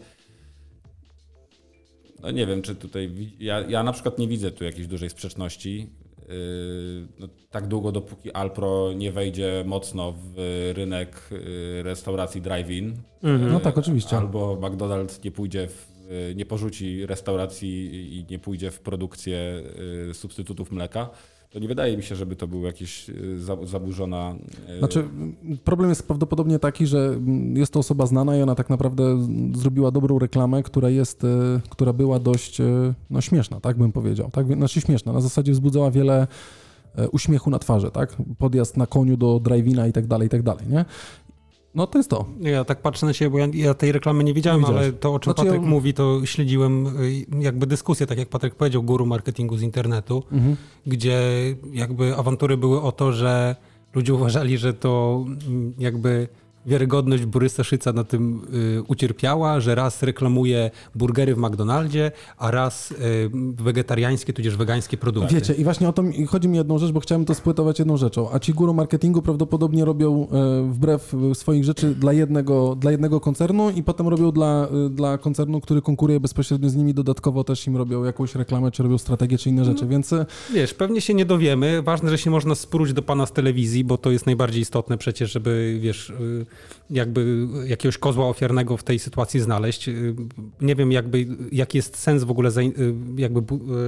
No nie wiem, czy tutaj... Ja, ja na przykład nie widzę tu jakiejś dużej sprzeczności. No, tak długo, dopóki Alpro nie wejdzie mocno w rynek restauracji drive-in. Mhm. No tak, oczywiście. Albo McDonald's nie pójdzie w nie porzuci restauracji i nie pójdzie w produkcję substytutów mleka, to nie wydaje mi się, żeby to był jakiś zaburzona... Znaczy, problem jest prawdopodobnie taki, że jest to osoba znana i ona tak naprawdę zrobiła dobrą reklamę, która jest, która była dość no, śmieszna, tak bym powiedział. Tak? Znaczy śmieszna, na zasadzie wzbudzała wiele uśmiechu na twarzy, tak? Podjazd na koniu do drive-ina i tak dalej, i tak dalej, nie? No to jest to. Ja tak patrzę na siebie, bo ja, ja tej reklamy nie widziałem, Nie ale to, o czym znaczy, Patryk ja... mówi, to śledziłem jakby dyskusję, tak jak Patryk powiedział, guru marketingu z internetu, mhm. gdzie jakby awantury były o to, że ludzie uważali, że to jakby wiarygodność Borysa Szyca na tym y, ucierpiała, że raz reklamuje burgery w McDonaldzie, a raz y, wegetariańskie, tudzież wegańskie produkty. Wiecie, i właśnie o to mi, chodzi mi jedną rzecz, bo chciałem to spłytować jedną rzeczą, a ci guru marketingu prawdopodobnie robią y, wbrew swoich rzeczy dla jednego, dla jednego koncernu i potem robią dla, y, dla koncernu, który konkuruje bezpośrednio z nimi, dodatkowo też im robią jakąś reklamę, czy robią strategię, czy inne rzeczy, no, więc... Wiesz, pewnie się nie dowiemy. Ważne, że się można spróć do pana z telewizji, bo to jest najbardziej istotne przecież, żeby, wiesz... Y, jakby jakiegoś kozła ofiarnego w tej sytuacji znaleźć. Nie wiem jakby, jaki jest sens w ogóle jakby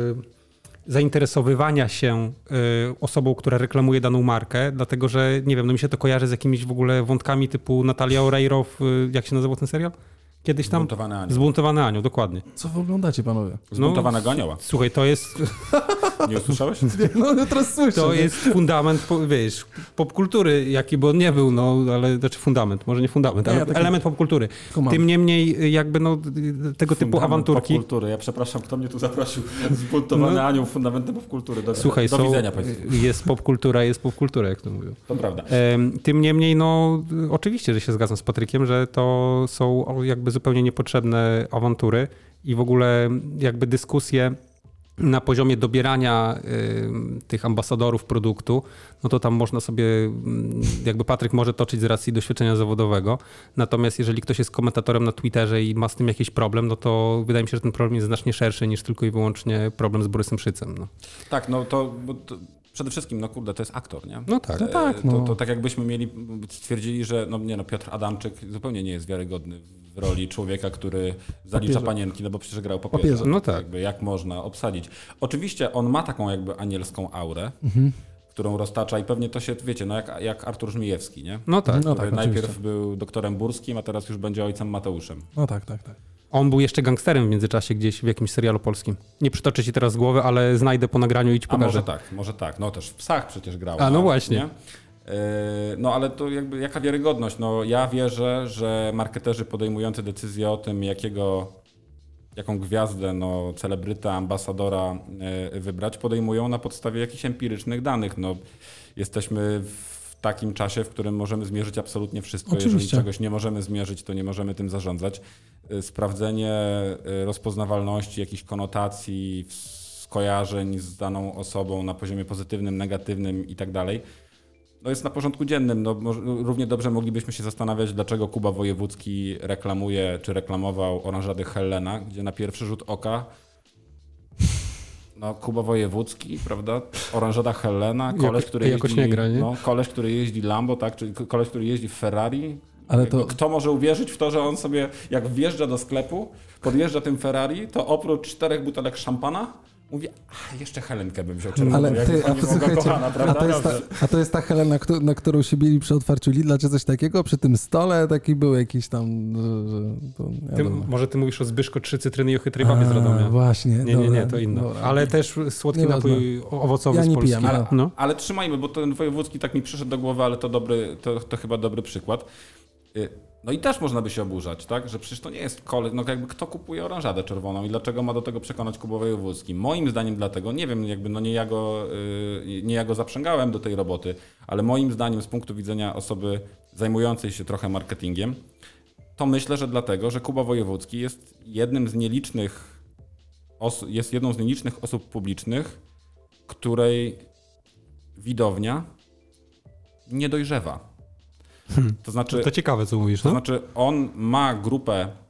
zainteresowywania się osobą, która reklamuje daną markę, dlatego że, nie wiem, no mi się to kojarzy z jakimiś w ogóle wątkami typu Natalia Oreiro, jak się nazywał ten serial? Kiedyś tam? Zbuntowany anioł. Zbuntowany anioł, dokładnie. Co wy oglądacie, panowie? Zbuntowanego anioła. No, słuchaj, to jest... Nie usłyszałeś? No, ja teraz słyszę. To nie? jest fundament, wiesz, popkultury, jaki by on nie był, no, ale znaczy fundament, może nie fundament, ale nie, ja taki... element popkultury. Tym niemniej jakby, no, tego typu fundament awanturki... popkultury. Ja przepraszam, kto mnie tu zaprosił? Zbuntowany no, anioł, fundamentem popkultury. Do, słuchaj, do są, widzenia państwu. Jest popkultura, jest popkultura, jak to mówią. To prawda. Tym niemniej, no, oczywiście, że się zgadzam z Patrykiem, że to są jakby zupełnie niepotrzebne awantury i w ogóle jakby dyskusje na poziomie dobierania y, tych ambasadorów produktu, no to tam można sobie, jakby Patryk może toczyć z racji doświadczenia zawodowego, natomiast jeżeli ktoś jest komentatorem na Twitterze i ma z tym jakiś problem, no to wydaje mi się, że ten problem jest znacznie szerszy niż tylko i wyłącznie problem z Borysem Szycem. No. Tak, no to... Bo to... Przede wszystkim, no kurde, to jest aktor, nie? No tak. No tak, no. To, to tak jakbyśmy mieli, stwierdzili, że no nie no, Piotr Adamczyk zupełnie nie jest wiarygodny w roli człowieka, który zalicza papieża. Panienki, no bo przecież grał papieża. papieża. No tak. Jakby jak można obsadzić. Oczywiście on ma taką jakby anielską aurę, mhm. którą roztacza i pewnie to się, wiecie, no jak, jak Artur Żmijewski, nie? No tak. Który no tak najpierw oczywiście. był doktorem Burskim, a teraz już będzie ojcem Mateuszem. No tak, tak, tak. On był jeszcze gangsterem w międzyczasie gdzieś w jakimś serialu polskim. Nie przytoczę ci teraz z głowy, ale znajdę po nagraniu i ci pokażę. A może tak, może tak. No też w Psach przecież grał. A no właśnie. Nie? No ale to jakby jaka wiarygodność? No ja wierzę, że marketerzy podejmujący decyzję o tym, jakiego, jaką gwiazdę, no celebryta, ambasadora wybrać, podejmują na podstawie jakichś empirycznych danych. No jesteśmy w takim czasie, w którym możemy zmierzyć absolutnie wszystko. Oczywiście. Jeżeli czegoś nie możemy zmierzyć, to nie możemy tym zarządzać. Sprawdzenie rozpoznawalności, jakichś konotacji, skojarzeń z daną osobą na poziomie pozytywnym, negatywnym i tak dalej, no jest na porządku dziennym. No, równie dobrze moglibyśmy się zastanawiać, dlaczego Kuba Wojewódzki reklamuje, czy reklamował oranżady Hellena, gdzie na pierwszy rzut oka no Kuba Wojewódzki, prawda? Oranżada Hellena, koleś, który jakoś jeździ, nie gra, nie? No, koleś, który jeździ Lambo, tak? Czyli koleś, który jeździ w Ferrari. Ale to... Kto może uwierzyć w to, że on sobie, jak wjeżdża do sklepu, podjeżdża tym Ferrari, to oprócz czterech butelek szampana mówi, a jeszcze Helenkę bym wziął czerwoną. Ale ty, a posłuchajcie, kochana, a, to jest ta, a to jest ta Helena, na którą się bili przy otwarciu Lidla, czy coś takiego? Przy tym stole taki był jakiś tam... Że, że to, ty, może ty mówisz o Zbyszko Trzy Cytryny i o chytrej babie z Radomia. Właśnie. Nie, nie, nie, to inne. Dobra. Ale też słodki nie napój ważne. owocowy ja z nie Polski. Pijam, ale, no. ale trzymajmy, bo ten Wojewódzki tak mi przyszedł do głowy, ale to dobry, to, to chyba dobry przykład. No i też można by się oburzać, tak? Że przecież to nie jest kolej, no jakby kto kupuje oranżadę czerwoną i dlaczego ma do tego przekonać Kuba Wojewódzki? Moim zdaniem dlatego, nie wiem, jakby no nie ja go, yy, nie ja go zaprzęgałem do tej roboty, ale moim zdaniem z punktu widzenia osoby zajmującej się trochę marketingiem, to myślę, że dlatego, że Kuba Wojewódzki jest jednym z nielicznych os- jest jedną z nielicznych osób publicznych, której widownia nie dojrzewa. Hmm. To znaczy, to ciekawe, co mówisz, to no? znaczy on ma grupę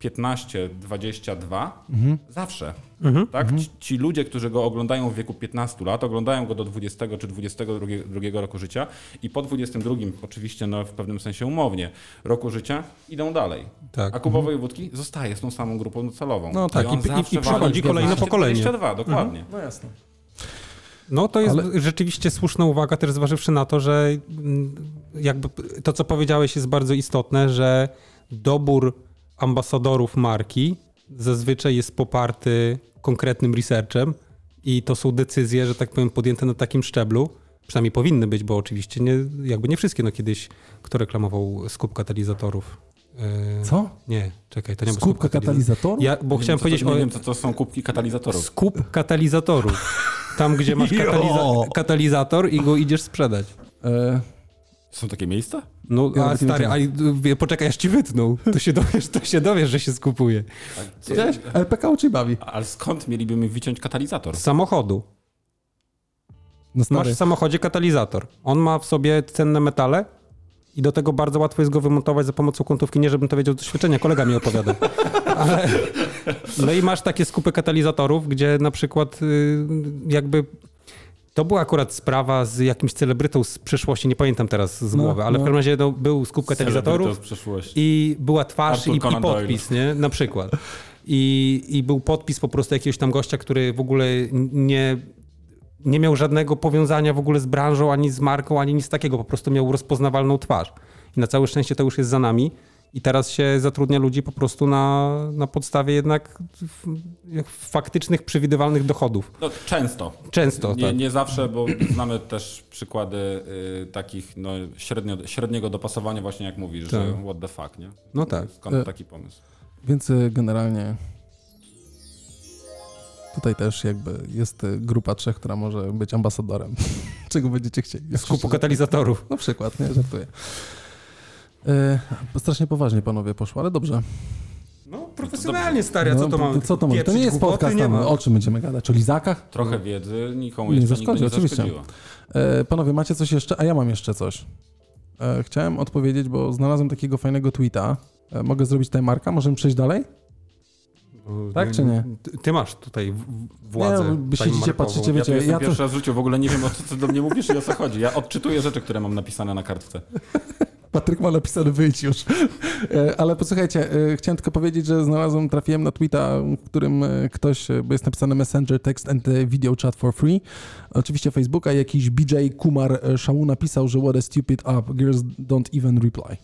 piętnaście dwadzieścia dwa, Mhm. zawsze. Mhm. Tak? Ci, ci ludzie, którzy go oglądają w wieku piętnastu lat, oglądają go do dwudziestego czy dwudziestego drugiego roku życia i po dwudziestym drugim, oczywiście no, w pewnym sensie umownie, roku życia idą dalej. Tak. A Kuba Wojewódzki zostaje z tą samą grupą docelową. No tak, on i- i- zawsze i przechodzi wali kolejne pokolenie. dwadzieścia dwa, dokładnie. No jasne. No to jest Ale- rzeczywiście słuszna uwaga, też zważywszy na to, że mm, jakby to, co powiedziałeś, jest bardzo istotne, że dobór ambasadorów marki zazwyczaj jest poparty konkretnym researchem i to są decyzje, że tak powiem, podjęte na takim szczeblu, przynajmniej powinny być, bo oczywiście nie, jakby nie wszystkie, no kiedyś kto reklamował skup katalizatorów? Yy, Co? Nie, czekaj, to nie był Skupka katalizatorów? Ja, bo Nie chciałem wiem, co powiedzieć to, o... nie wiem, co to są kubki katalizatorów. Skup katalizatorów. Tam, gdzie masz kataliza- katalizator i go idziesz sprzedać. E, Są takie miejsca? No, Ja a nawet nie stary, a, wie, poczekaj, aż ci wytnął. To się dowiesz, to się dowiesz, że się skupuje. Widziałeś? L P K uczy bawi. Ale skąd mieliby mi wyciąć katalizator? Z samochodu. No stary. Masz w samochodzie katalizator. On ma w sobie cenne metale i do tego bardzo łatwo jest go wymontować za pomocą kątówki. Nie, żebym to wiedział z doświadczenia, kolega mi opowiada. Ale, no i masz takie skupy katalizatorów, gdzie na przykład y, jakby... To była akurat sprawa z jakimś celebrytą z przeszłości, nie pamiętam teraz z No, głowy, ale no. w każdym razie no, był skup katalizatorów Celebrytą z przeszłości. i była twarz Arthur i, i Conan podpis, nie? Na przykład. I, I był podpis po prostu jakiegoś tam gościa, który w ogóle nie, nie miał żadnego powiązania w ogóle z branżą, ani z marką, ani nic takiego. Po prostu miał rozpoznawalną twarz. I na całe szczęście to już jest za nami. I teraz się zatrudnia ludzi po prostu na, na podstawie jednak f- faktycznych, przewidywalnych dochodów. No, często. Często, Nie, tak. nie zawsze, bo znamy też przykłady y, takich no, średnio, średniego dopasowania właśnie jak mówisz, że Tak. what the fuck, nie? No tak. Skąd E, taki pomysł? Więc y, generalnie tutaj też jakby jest y, grupa trzech, która może być ambasadorem. Czego będziecie chcieli? Skupu katalizatorów. Na przykład, nie? Żartuję. Y, strasznie poważnie panowie poszło, ale dobrze. No profesjonalnie, stary, a co to No, ma? co to może? To nie jest Głupoty? podcast, Nie tam, ma. o czym będziemy gadać? O lizakach? Trochę wiedzy nikomu Nie jeszcze zaszkodzi, nigdy nie oczywiście. zaszkodziło. E, panowie, macie coś jeszcze? A ja mam jeszcze coś. E, chciałem odpowiedzieć, bo znalazłem takiego fajnego tweeta. E, mogę zrobić tutaj marka? Możemy przejść dalej? Tak czy nie? Ty- Ty masz tutaj w- w- władzę. Nie, no, wy tutaj siedzicie, markową. patrzycie, Ja wiecie, tu jestem ja to- pierwszy raz w życiu, w ogóle nie wiem o co ty do mnie mówisz i o co chodzi. Ja odczytuję rzeczy, które mam napisane na kartce. Patryk ma napisane wyjdź już. E, Ale posłuchajcie, e, chciałem tylko powiedzieć, że znalazłem, trafiłem na tweeta, w którym e, ktoś, e, bo jest napisane Messenger Text and the Video Chat for Free. Oczywiście Facebooka, jakiś B J Kumar e, Shau napisał, że what a stupid app, girls don't even reply.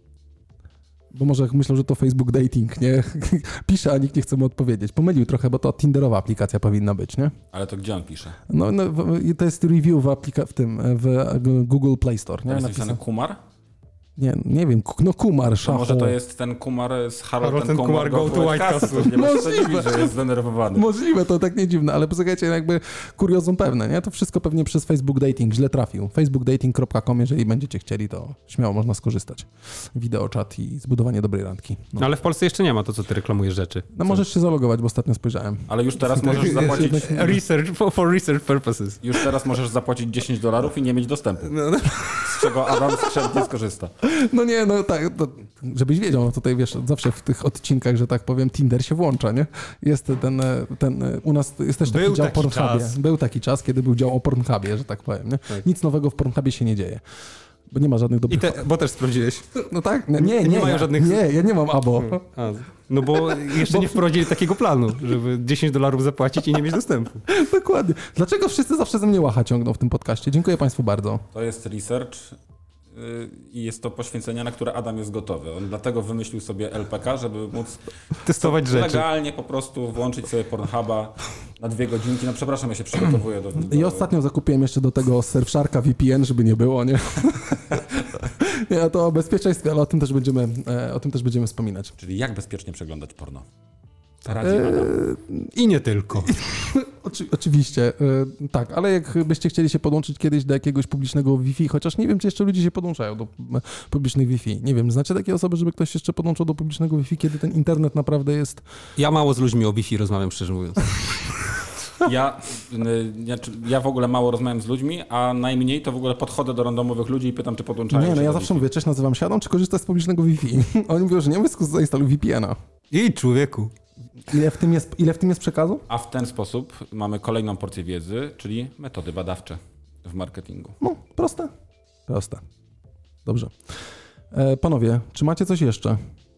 Bo może myślał, że to Facebook dating, nie? Pisze, a nikt nie chce mu odpowiedzieć. Pomylił trochę, bo to Tinderowa aplikacja powinna być, nie? Ale to gdzie on pisze? No, no w- to jest review w, aplika- w tym, w Google Play Store, nie? Tam jest Napisał. napisane Kumar? Nie, nie wiem, Ku- no Kumar, To Shau. może to jest ten Kumar z Harold, Harold ten and Kumar, Kumar go to White Castle. Nie ma co Możliwe. dziwić, że jest zdenerwowany. Możliwe, to tak nie dziwne, ale posłuchajcie, jakby kuriozum pewne, nie? To wszystko pewnie przez Facebook Dating źle trafił. facebook dating kropka com, jeżeli będziecie chcieli, to śmiało można skorzystać. Wideo, czat i zbudowanie dobrej randki. No, No ale w Polsce jeszcze nie ma to, co ty reklamujesz rzeczy. no możesz się zalogować, bo ostatnio spojrzałem. Ale już teraz możesz Jest zapłacić... jednak- Research, for, for research purposes. Już teraz możesz zapłacić dziesięć dolarów i nie mieć dostępu. No, no. Z czego Adam skrzętnie skorzysta. No nie, no tak, to, żebyś wiedział, no tutaj wiesz, zawsze w tych odcinkach, że tak powiem, Tinder się włącza, nie? Jest ten, ten u nas jest też taki Był dział taki Pornhubie. czas. Był taki czas, kiedy był dział o Pornhubie, że tak powiem, nie? Tak. Nic nowego w Pornhubie się nie dzieje. Bo nie ma żadnych I dobrych... te, bo też sprawdziłeś. No tak, nie, nie, Nie nie, mają ja, żadnych- nie, ja nie mam abo. A, no bo jeszcze nie wprowadzili takiego planu, żeby dziesięć dolarów zapłacić i nie mieć dostępu. Dokładnie. Dlaczego wszyscy zawsze ze mnie łacha ciągną w tym podcaście? Dziękuję Państwu bardzo. To jest research yy, i jest to poświęcenie, na które Adam jest gotowy. On dlatego wymyślił sobie L P K, żeby móc Testować rzeczy. legalnie po prostu włączyć sobie Pornhuba na dwie godzinki. No przepraszam, ja się przygotowuję do... do... I ostatnio zakupiłem jeszcze do tego Surfsharka V P N, żeby nie było, nie? Nie, a to o bezpieczeństwie, ale o tym też będziemy, e, o tym też będziemy wspominać. Czyli jak bezpiecznie przeglądać porno? Radzi Adam. I nie tylko. Oczy, oczywiście, e, tak, ale jakbyście chcieli się podłączyć kiedyś do jakiegoś publicznego Wi-Fi, chociaż nie wiem, czy jeszcze ludzie się podłączają do e, publicznych Wi-Fi. Nie wiem, znacie takie osoby, żeby ktoś jeszcze podłączył do publicznego Wi-Fi, kiedy ten internet naprawdę jest... Ja mało z ludźmi o Wi-Fi rozmawiam, szczerze mówiąc. Ja, y, ja, ja w ogóle mało rozmawiam z ludźmi, a najmniej to w ogóle podchodzę do randomowych ludzi i pytam, czy podłączają Nie, się no ja do zawsze Wi-Fi. mówię, cześć, nazywam się Adam, czy korzystasz z publicznego Wi-Fi? Oni mówią, że nie, zainstaluj V P N a. I człowieku. Ile w tym jest, ile w tym jest przekazu? A w ten sposób mamy kolejną porcję wiedzy, czyli metody badawcze w marketingu. No, proste. Proste. Dobrze. E, panowie, czy macie coś jeszcze?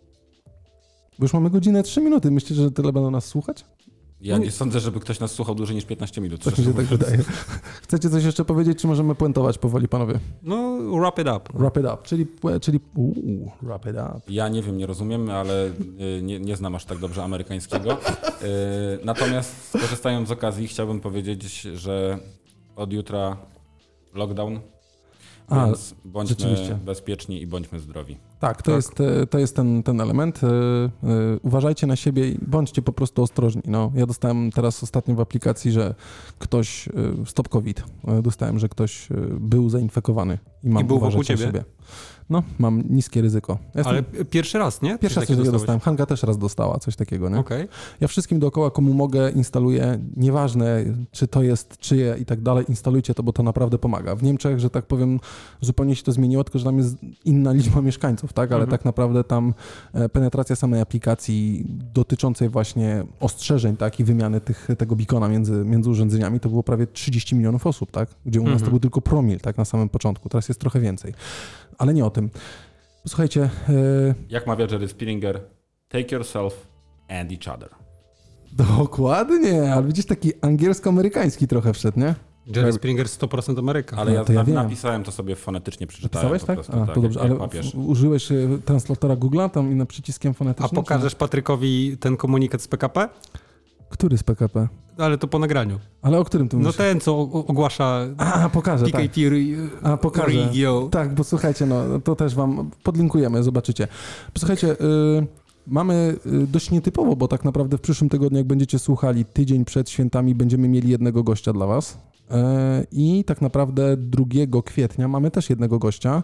Bo już mamy godzinę trzy minuty. Myślicie, że tyle będą nas słuchać? Ja nie sądzę, żeby ktoś nas słuchał dłużej niż piętnaście minut. Tak mi się tak wydaje. Chcecie coś jeszcze powiedzieć, czy możemy puentować powoli, panowie? No, wrap it up. Wrap it up, czyli... czyli uu, wrap it up. Ja nie wiem, nie rozumiem, ale y, nie, nie znam aż tak dobrze amerykańskiego. Y, Natomiast skorzystając z okazji chciałbym powiedzieć, że od jutra lockdown, A, więc bądźmy rzeczywiście. bezpieczni i bądźmy zdrowi. Tak, to Tak. jest, e, to jest ten, ten element. E, e, Uważajcie na siebie i bądźcie po prostu ostrożni. No, ja dostałem teraz ostatnio w aplikacji, że ktoś, e, stop COVID, e, dostałem, że ktoś e, był zainfekowany i mam I był uważać wokół na ciebie? siebie. No, mam niskie ryzyko. Ja jestem, Ale pierwszy raz, nie? pierwszy raz Coś coś takiego dostałeś? dostałem. Hanga też raz dostała coś takiego, nie? Okej. Ja wszystkim dookoła, komu mogę, instaluję. Nieważne, czy to jest czyje i tak dalej, instalujcie to, bo to naprawdę pomaga. W Niemczech, że tak powiem, zupełnie się to zmieniło, tylko że tam jest inna liczba mieszkańców, tak? Ale Mhm. tak naprawdę tam e, penetracja samej aplikacji dotyczącej właśnie ostrzeżeń, tak? I wymiany tych, tego beacona między, między urządzeniami, to było prawie trzydzieści milionów osób, tak? Gdzie u nas Mhm. to był tylko promil, tak? Na samym początku. Teraz jest trochę więcej. Ale nie o tym. Słuchajcie, e, Jak mawia Jerry Springer, take yourself and each other. dokładnie, ale widzisz, taki angielsko-amerykański trochę wszedł, nie? Jerry Springer sto procent Ameryka. Ale No, ja, to ja na, wiem. napisałem to sobie fonetycznie, przeczytałem Napisałeś, po tak? prostu. A, tak, to dobrze, jak, ale jak papież. w- użyłeś e, translatora Google'a tam i na przyciskiem A fonetycznym? pokażesz Patrykowi ten komunikat z P K P? Czy... Który z P K P? Ale to po nagraniu. Ale o którym tu No mówisz? ten, co o- ogłasza A, pokażę, P K tak. P A, pokażę. Radio. Tak, bo słuchajcie, no to też wam podlinkujemy, zobaczycie. Słuchajcie, y, mamy y, dość nietypowo, bo tak naprawdę w przyszłym tygodniu, jak będziecie słuchali, tydzień przed świętami będziemy mieli jednego gościa dla was. E, I tak naprawdę drugiego kwietnia mamy też jednego gościa,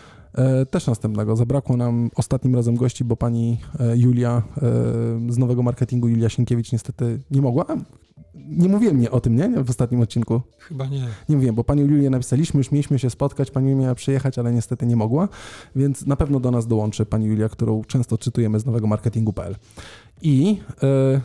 e, też następnego. Zabrakło nam ostatnim razem gości, bo pani e, Julia e, z Nowego Marketingu, Julia Sienkiewicz niestety nie mogła. Nie mówiłem nie o tym, nie? W ostatnim odcinku. Chyba nie. Nie wiem, bo panią Julię napisaliśmy, już mieliśmy się spotkać, pani Julia miała przyjechać, ale niestety nie mogła, więc na pewno do nas dołączy pani Julia, którą często czytujemy z nowego marketingu kropka p l. I e,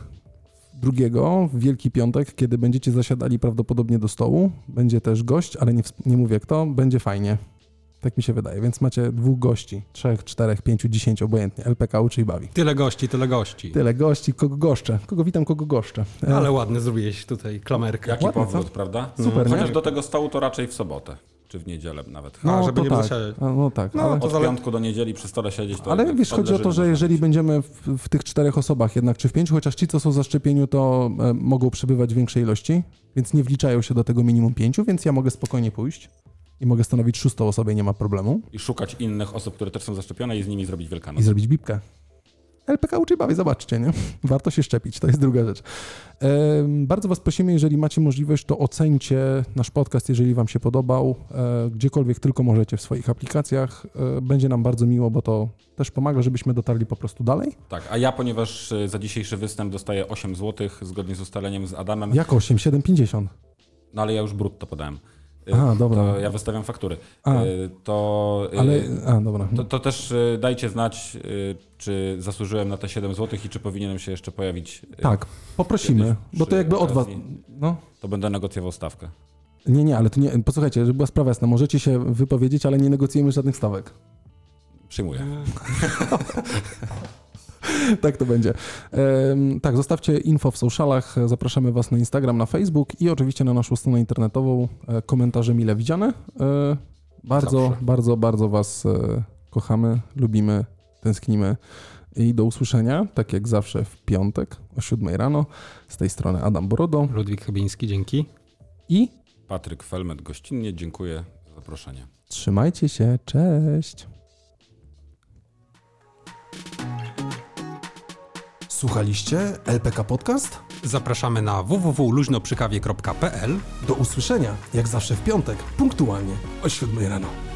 drugiego, w Wielki Piątek, kiedy będziecie zasiadali prawdopodobnie do stołu, będzie też gość, ale nie, nie mówię kto, będzie fajnie. Tak mi się wydaje, więc macie dwóch gości, trzech, czterech, pięciu, dziesięciu, obojętnie. L P K uczy i bawi. Tyle gości, tyle gości. Tyle gości, kogo goszczę. Kogo witam, kogo goszczę. E, Ale ładny zrobiłeś tutaj klamerkę. Jaki Ładnie, powrót, co? prawda? Super, Chociaż nie? do tego stołu to raczej w sobotę, czy w niedzielę nawet. A, żeby to nie tak. musieli. A, No tak, No, ale... to Od zale- piątku do niedzieli przy stole siedzieć, to Ale tak wiesz, chodzi o to, odleżymy że można jeżeli być. będziemy w, w tych czterech osobach jednak, czy w pięciu, chociaż ci, co są w zaszczepieniu, to e, mogą przybywać w większej ilości, więc nie wliczają się do tego minimum pięciu, więc ja mogę spokojnie pójść i mogę stanowić szóstą osobę i nie ma problemu I szukać innych osób, które też są zaszczepione i z nimi zrobić i Wielkanoc. zrobić bipkę. L P K uczy i bawi, zobaczcie, nie? Warto się szczepić, to jest druga rzecz. Em, bardzo was prosimy, jeżeli macie możliwość, to ocencie nasz podcast, jeżeli wam się podobał, e, gdziekolwiek tylko możecie w swoich aplikacjach. E, będzie nam bardzo miło, bo to też pomaga, żebyśmy dotarli po prostu dalej. Tak, a ja, ponieważ y, za dzisiejszy występ dostaję osiem złotych zgodnie z ustaleniem z Adamem, Jak osiem, siedem, pięćdziesiąt. no ale ja już brutto podałem. Y, Aha, dobra. To ja wystawiam faktury. A. Y, To, y, Ale, a dobra. to, to też y, dajcie znać, y, czy zasłużyłem na te siedem złotych i czy powinienem się jeszcze pojawić. y, Tak, poprosimy, kiedyś bo to przy jakby od was. okazji. No. To będę negocjował stawkę. Nie, nie, ale to nie. Posłuchajcie, żeby była sprawa jasna, możecie się wypowiedzieć, ale nie negocjujemy żadnych stawek. Przyjmuję. Tak to będzie. Em, tak, zostawcie info w socialach, zapraszamy was na Instagram, na Facebook i oczywiście na naszą stronę internetową. E, komentarze mile widziane. E, bardzo, Zawsze. bardzo, bardzo was e, kochamy, lubimy, tęsknimy. I do usłyszenia, tak jak zawsze w piątek o siódmej rano. Z tej strony Adam Borodo Ludwik Chybiński, dzięki. i Patryk Felmet gościnnie, dziękuję za zaproszenie. trzymajcie się, cześć. Słuchaliście L P K Podcast? Zapraszamy na w w w kropka luźnoprzykawie kropka p l. Do usłyszenia, jak zawsze w piątek, punktualnie o siódmej rano.